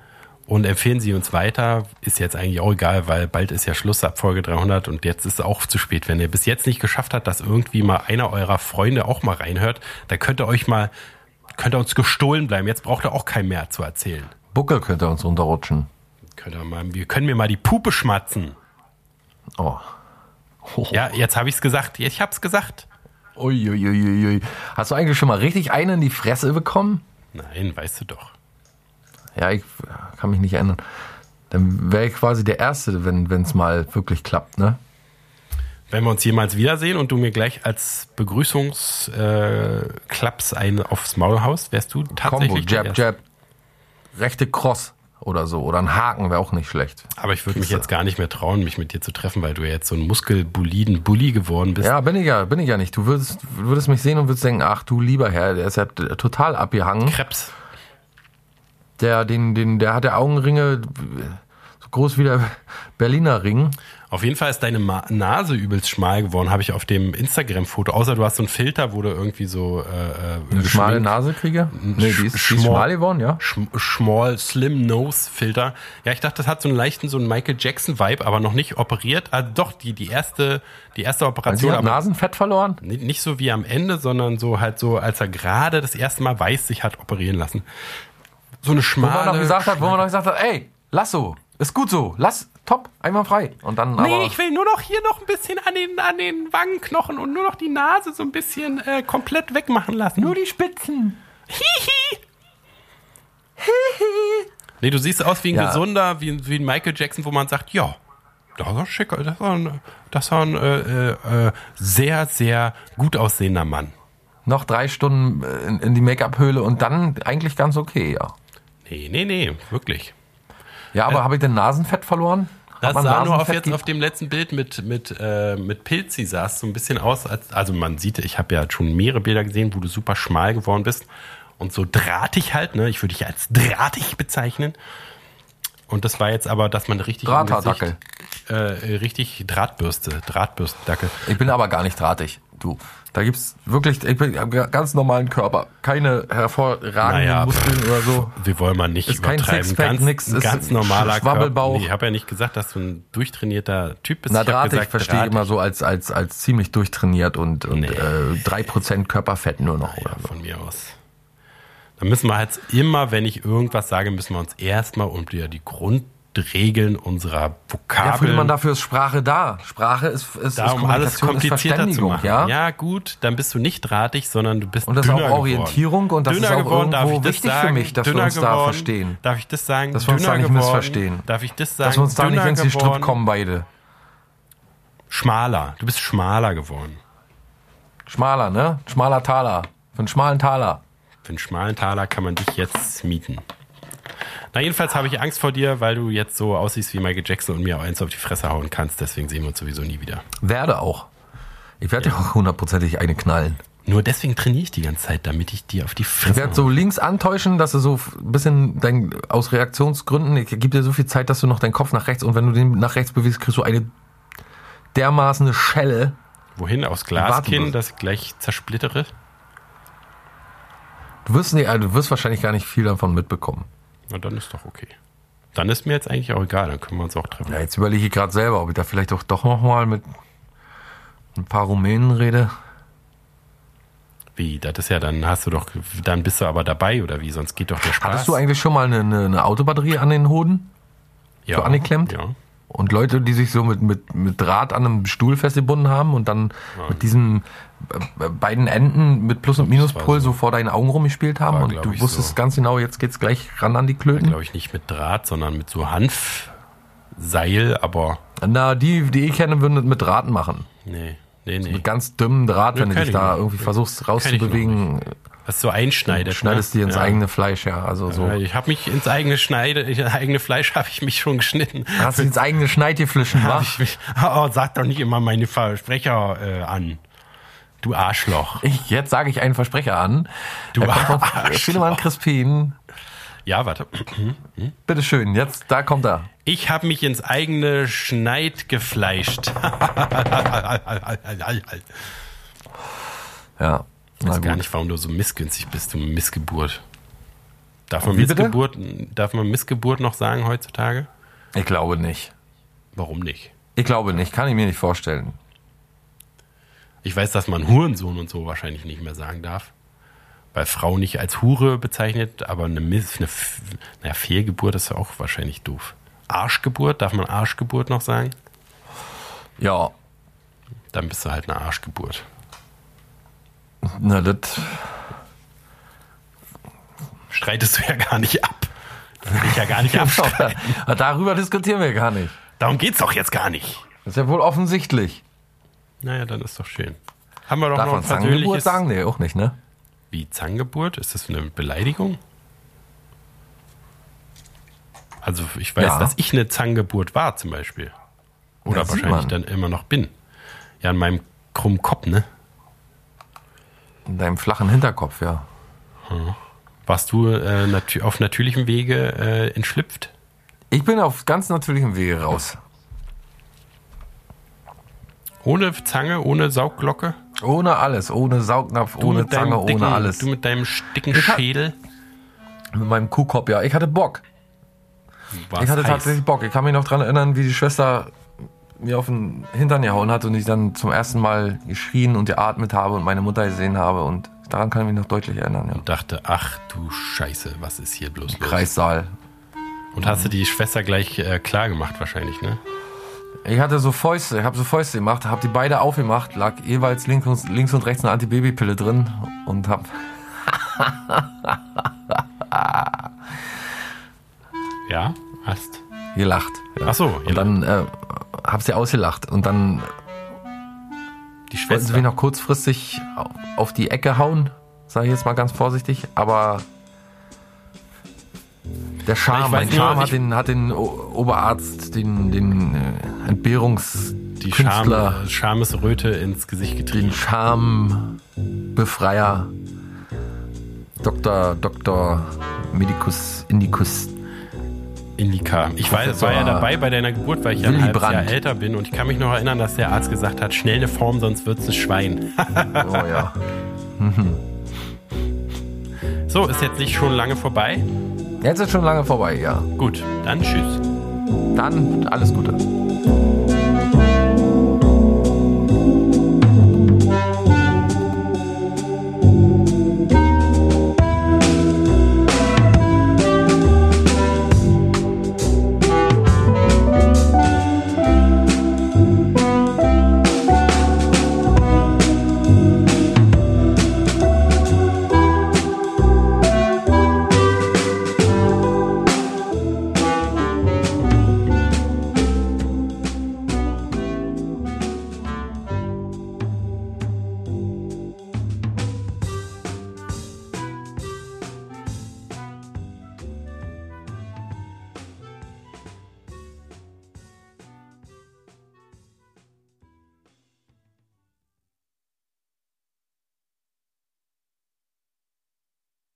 Speaker 1: Und empfehlen Sie uns weiter, ist jetzt eigentlich auch egal, weil bald ist ja Schluss ab Folge 300 und jetzt ist es auch zu spät. Wenn ihr bis jetzt nicht geschafft habt, dass irgendwie mal einer eurer Freunde auch mal reinhört, dann könnt ihr uns gestohlen bleiben. Jetzt braucht ihr auch kein mehr zu erzählen.
Speaker 2: Buckel könnte uns runterrutschen.
Speaker 1: Wir können mir mal die Pupe schmatzen.
Speaker 2: Oh.
Speaker 1: Ja, jetzt habe ich's gesagt. Ich hab's gesagt.
Speaker 2: Uiuiuiui. Hast du eigentlich schon mal richtig einen in die Fresse bekommen?
Speaker 1: Nein, weißt du doch.
Speaker 2: Ja, ich kann mich nicht erinnern. Dann wäre ich quasi der Erste, wenn es mal wirklich klappt, ne?
Speaker 1: Wenn wir uns jemals wiedersehen und du mir gleich als Begrüßungsklaps einen aufs Maul haust, wärst du tatsächlich
Speaker 2: Combo, Jab, Jab, rechte Cross oder so. Oder ein Haken wäre auch nicht schlecht.
Speaker 1: Aber ich würde mich jetzt gar nicht mehr trauen, mich mit dir zu treffen, weil du ja jetzt so ein muskelboliden Bully geworden bist.
Speaker 2: Ja, bin ich ja nicht. Du würdest mich sehen und würdest denken, ach du lieber Herr, der ist ja total abgehangen.
Speaker 1: Krebs.
Speaker 2: Der hat ja Augenringe so groß wie der Berliner Ring.
Speaker 1: Auf jeden Fall ist deine Nase übelst schmal geworden, habe ich auf dem Instagram-Foto. Außer du hast so einen Filter, wo du irgendwie so
Speaker 2: eine schmale Nase kriege? Nee, die ist schmal geworden, ja.
Speaker 1: Small, Slim Nose Filter. Ja, ich dachte, das hat so einen leichten, so einen Michael Jackson-Vibe, aber noch nicht operiert. Also doch, die erste Operation.
Speaker 2: Sie hat Nasenfett verloren?
Speaker 1: Nicht so wie am Ende, sondern so halt so, als er gerade das erste Mal sich hat operieren lassen. So eine schmale...
Speaker 2: Wo man noch gesagt hat, ey, lass so, ist gut so, lass, top, einmal frei. Und dann
Speaker 1: nee, ich will nur noch hier noch ein bisschen an den Wangenknochen und nur noch die Nase so ein bisschen komplett wegmachen lassen.
Speaker 2: Nur die Spitzen.
Speaker 1: Hihi. Nee, du siehst aus wie ein gesunder, wie ein Michael Jackson, wo man sagt, ja, das war schicker, das war ein sehr, sehr gut aussehender Mann.
Speaker 2: Noch 3 Stunden in die Make-up-Höhle und dann eigentlich ganz okay, ja.
Speaker 1: Nee, wirklich.
Speaker 2: Ja, aber habe ich denn Nasenfett verloren?
Speaker 1: Das sah nur auf dem letzten Bild mit Pilzi sah es so ein bisschen aus, also man sieht, ich habe ja schon mehrere Bilder gesehen, wo du super schmal geworden bist und so drahtig halt, ne? Ich würde dich als drahtig bezeichnen. Und das war jetzt aber, dass man richtig richtig Drahtbürstendackel.
Speaker 2: Ich bin aber gar nicht drahtig, du. Da gibt's wirklich, ich bin ganz normalen Körper, keine hervorragenden Muskeln oder so.
Speaker 1: Wir wollen mal nicht
Speaker 2: ist kein
Speaker 1: übertreiben. Ganz normaler
Speaker 2: Schwabbelbauch.
Speaker 1: Körper. Nee, ich habe ja nicht gesagt, dass du ein durchtrainierter Typ bist.
Speaker 2: Na, drahtig verstehe ich immer so als ziemlich durchtrainiert und 3% Körperfett nur noch. Oder so.
Speaker 1: Von mir aus. Dann müssen wir halt immer, wenn ich irgendwas sage, müssen wir uns erstmal unter die Grundregeln unserer Vokabeln...
Speaker 2: Ja, Friedemann, dafür ist Sprache da. Sprache ist
Speaker 1: da, um alles komplizierter zu machen.
Speaker 2: Ja?
Speaker 1: Ja, gut, dann bist du nicht drahtig, sondern du bist
Speaker 2: und das
Speaker 1: dünner
Speaker 2: ist auch Orientierung
Speaker 1: geworden.
Speaker 2: Und das
Speaker 1: dünner
Speaker 2: ist auch
Speaker 1: geworden,
Speaker 2: irgendwo wichtig für mich, dass wir uns da verstehen.
Speaker 1: Darf ich das sagen?
Speaker 2: Dass wir uns da nicht missverstehen.
Speaker 1: Darf ich das sagen?
Speaker 2: Dass wir uns da nicht ins Gestrüpp kommen beide.
Speaker 1: Schmaler. Du bist schmaler geworden.
Speaker 2: Schmaler, ne? Schmaler Taler. Für einen schmalen Taler.
Speaker 1: Für einen schmalen Taler kann man dich jetzt mieten. Na, jedenfalls habe ich Angst vor dir, weil du jetzt so aussiehst wie Michael Jackson und mir auch eins auf die Fresse hauen kannst. Deswegen sehen wir uns sowieso nie wieder.
Speaker 2: Werde auch. Ich werde dir auch 100%ig eine knallen.
Speaker 1: Nur deswegen trainiere ich die ganze Zeit, damit ich dir auf die Fresse
Speaker 2: Ich werde so links antäuschen, dass du so ein bisschen aus Reaktionsgründen, ich gebe dir so viel Zeit, dass du noch deinen Kopf nach rechts und wenn du den nach rechts bewegst, kriegst du eine dermaßen Schelle.
Speaker 1: Wohin? Aus Glaskinn, das ich gleich zersplittere?
Speaker 2: Du wirst wahrscheinlich gar nicht viel davon mitbekommen.
Speaker 1: Na, dann ist doch okay. Dann ist mir jetzt eigentlich auch egal, dann können wir uns auch treffen.
Speaker 2: Ja, jetzt überlege ich gerade selber, ob ich da vielleicht doch noch mal mit ein paar Rumänen rede.
Speaker 1: Wie? Das ist ja, dann bist du aber dabei, oder wie? Sonst geht doch der Spaß.
Speaker 2: Hattest du eigentlich schon mal eine Autobatterie an den Hoden?
Speaker 1: Ja.
Speaker 2: So angeklemmt?
Speaker 1: Ja.
Speaker 2: Und Leute, die sich so mit Draht an einem Stuhl festgebunden haben und dann mit diesen beiden Enden mit Plus- und Minuspol so vor deinen Augen rumgespielt haben und du wusstest ganz genau, jetzt geht's gleich ran an die Klöten?
Speaker 1: Glaube ich nicht mit Draht, sondern mit so Hanfseil, aber...
Speaker 2: Na, die ich kenne, würden das mit Draht machen.
Speaker 1: Nee.
Speaker 2: Mit ganz dünnem Draht, wenn du dich da irgendwie versuchst rauszubewegen.
Speaker 1: Was so einschneidet.
Speaker 2: Schneidest dir ins eigene Fleisch, ja. Also so.
Speaker 1: Ich habe mich ins eigene Fleisch habe ich mich schon geschnitten.
Speaker 2: Hast du ins eigene Schneidgeflischen, wa?
Speaker 1: Sag doch nicht immer meine Versprecher an. Du Arschloch.
Speaker 2: Jetzt sage ich einen Versprecher an.
Speaker 1: Du Arschloch.
Speaker 2: Friedemann Crispin.
Speaker 1: Ja, warte.
Speaker 2: Bitteschön, jetzt, da kommt er.
Speaker 1: Ich habe mich ins eigene Schneid gefleischt.
Speaker 2: Ja.
Speaker 1: Ich weiß gar nicht, warum du so missgünstig bist, du Missgeburt. Darf man Missgeburt noch sagen heutzutage?
Speaker 2: Ich glaube nicht.
Speaker 1: Warum nicht?
Speaker 2: Ich glaube nicht. Kann ich mir nicht vorstellen.
Speaker 1: Ich weiß, dass man Hurensohn und so wahrscheinlich nicht mehr sagen darf. Weil Frau nicht als Hure bezeichnet, aber eine Fehlgeburt ist ja auch wahrscheinlich doof. Arschgeburt, darf man Arschgeburt noch sagen?
Speaker 2: Ja.
Speaker 1: Dann bist du halt eine Arschgeburt.
Speaker 2: Na, das
Speaker 1: streitest du ja gar nicht ab. Das will ich ja gar nicht abstreiten.
Speaker 2: Darüber diskutieren wir gar nicht.
Speaker 1: Darum geht's doch jetzt gar nicht.
Speaker 2: Das ist ja wohl offensichtlich.
Speaker 1: Naja, dann ist doch schön. Haben wir doch
Speaker 2: Darf
Speaker 1: noch
Speaker 2: man
Speaker 1: ein
Speaker 2: Zangengeburt
Speaker 1: persönliches...
Speaker 2: sagen? Nee, auch nicht, ne?
Speaker 1: Wie, Zangengeburt? Ist das eine Beleidigung? Also ich weiß, dass ich eine Zangengeburt war zum Beispiel. Oder
Speaker 2: Ja,
Speaker 1: wahrscheinlich
Speaker 2: man.
Speaker 1: dann immer noch bin. Ja, in meinem krummen Kopf, ne?
Speaker 2: In deinem flachen Hinterkopf, ja.
Speaker 1: Warst du auf natürlichem Wege entschlüpft?
Speaker 2: Ich bin auf ganz natürlichem Wege raus.
Speaker 1: Ohne Zange, ohne Saugglocke?
Speaker 2: Ohne alles, ohne Saugnapf,
Speaker 1: Du
Speaker 2: ohne
Speaker 1: mit deinem
Speaker 2: Zange, ohne alles.
Speaker 1: Du mit deinem dicken Schädel?
Speaker 2: Mit meinem Kuhkopf, ja. Ich hatte Bock.
Speaker 1: War's
Speaker 2: Ich hatte
Speaker 1: heiß.
Speaker 2: tatsächlich Bock. Ich kann mich noch daran erinnern, wie die Schwester mir auf den Hintern gehauen hat und ich dann zum ersten Mal geschrien und geatmet habe und meine Mutter gesehen habe. Und daran kann ich mich noch deutlich erinnern, ja.
Speaker 1: Und dachte, ach du Scheiße, was ist hier bloß los?
Speaker 2: Kreissaal.
Speaker 1: Und hast du die Schwester gleich klar gemacht wahrscheinlich, ne?
Speaker 2: Ich hatte so Fäuste, ich habe so Fäuste gemacht, habe die beide aufgemacht, lag jeweils links und rechts eine Antibabypille drin und hab
Speaker 1: Ja, hast.
Speaker 2: gelacht. Ja.
Speaker 1: Ach so,
Speaker 2: und dann hab sie ausgelacht und dann
Speaker 1: die
Speaker 2: wollten sie mich
Speaker 1: Schwester.
Speaker 2: noch kurzfristig auf die Ecke hauen, sage ich jetzt mal ganz vorsichtig, aber der Charme,
Speaker 1: Ich weiß
Speaker 2: mein
Speaker 1: nur,
Speaker 2: Charme hat den Oberarzt, den Entbehrungskünstler,
Speaker 1: Die Schamesröte ins Gesicht
Speaker 2: den
Speaker 1: getrieben.
Speaker 2: Schambefreier, Dr. Medicus Indicus.
Speaker 1: Indica. Ich war
Speaker 2: Professor
Speaker 1: ja dabei bei deiner Geburt, weil ich ja ein
Speaker 2: Willy
Speaker 1: halbes Jahr
Speaker 2: Brandt.
Speaker 1: älter bin und ich kann mich noch erinnern, dass der Arzt gesagt hat, schnell eine Form, sonst wird's ein Schwein.
Speaker 2: Oh ja.
Speaker 1: So, ist jetzt nicht schon lange vorbei?
Speaker 2: Jetzt ist schon lange vorbei, ja.
Speaker 1: Gut, dann tschüss.
Speaker 2: Dann alles Gute.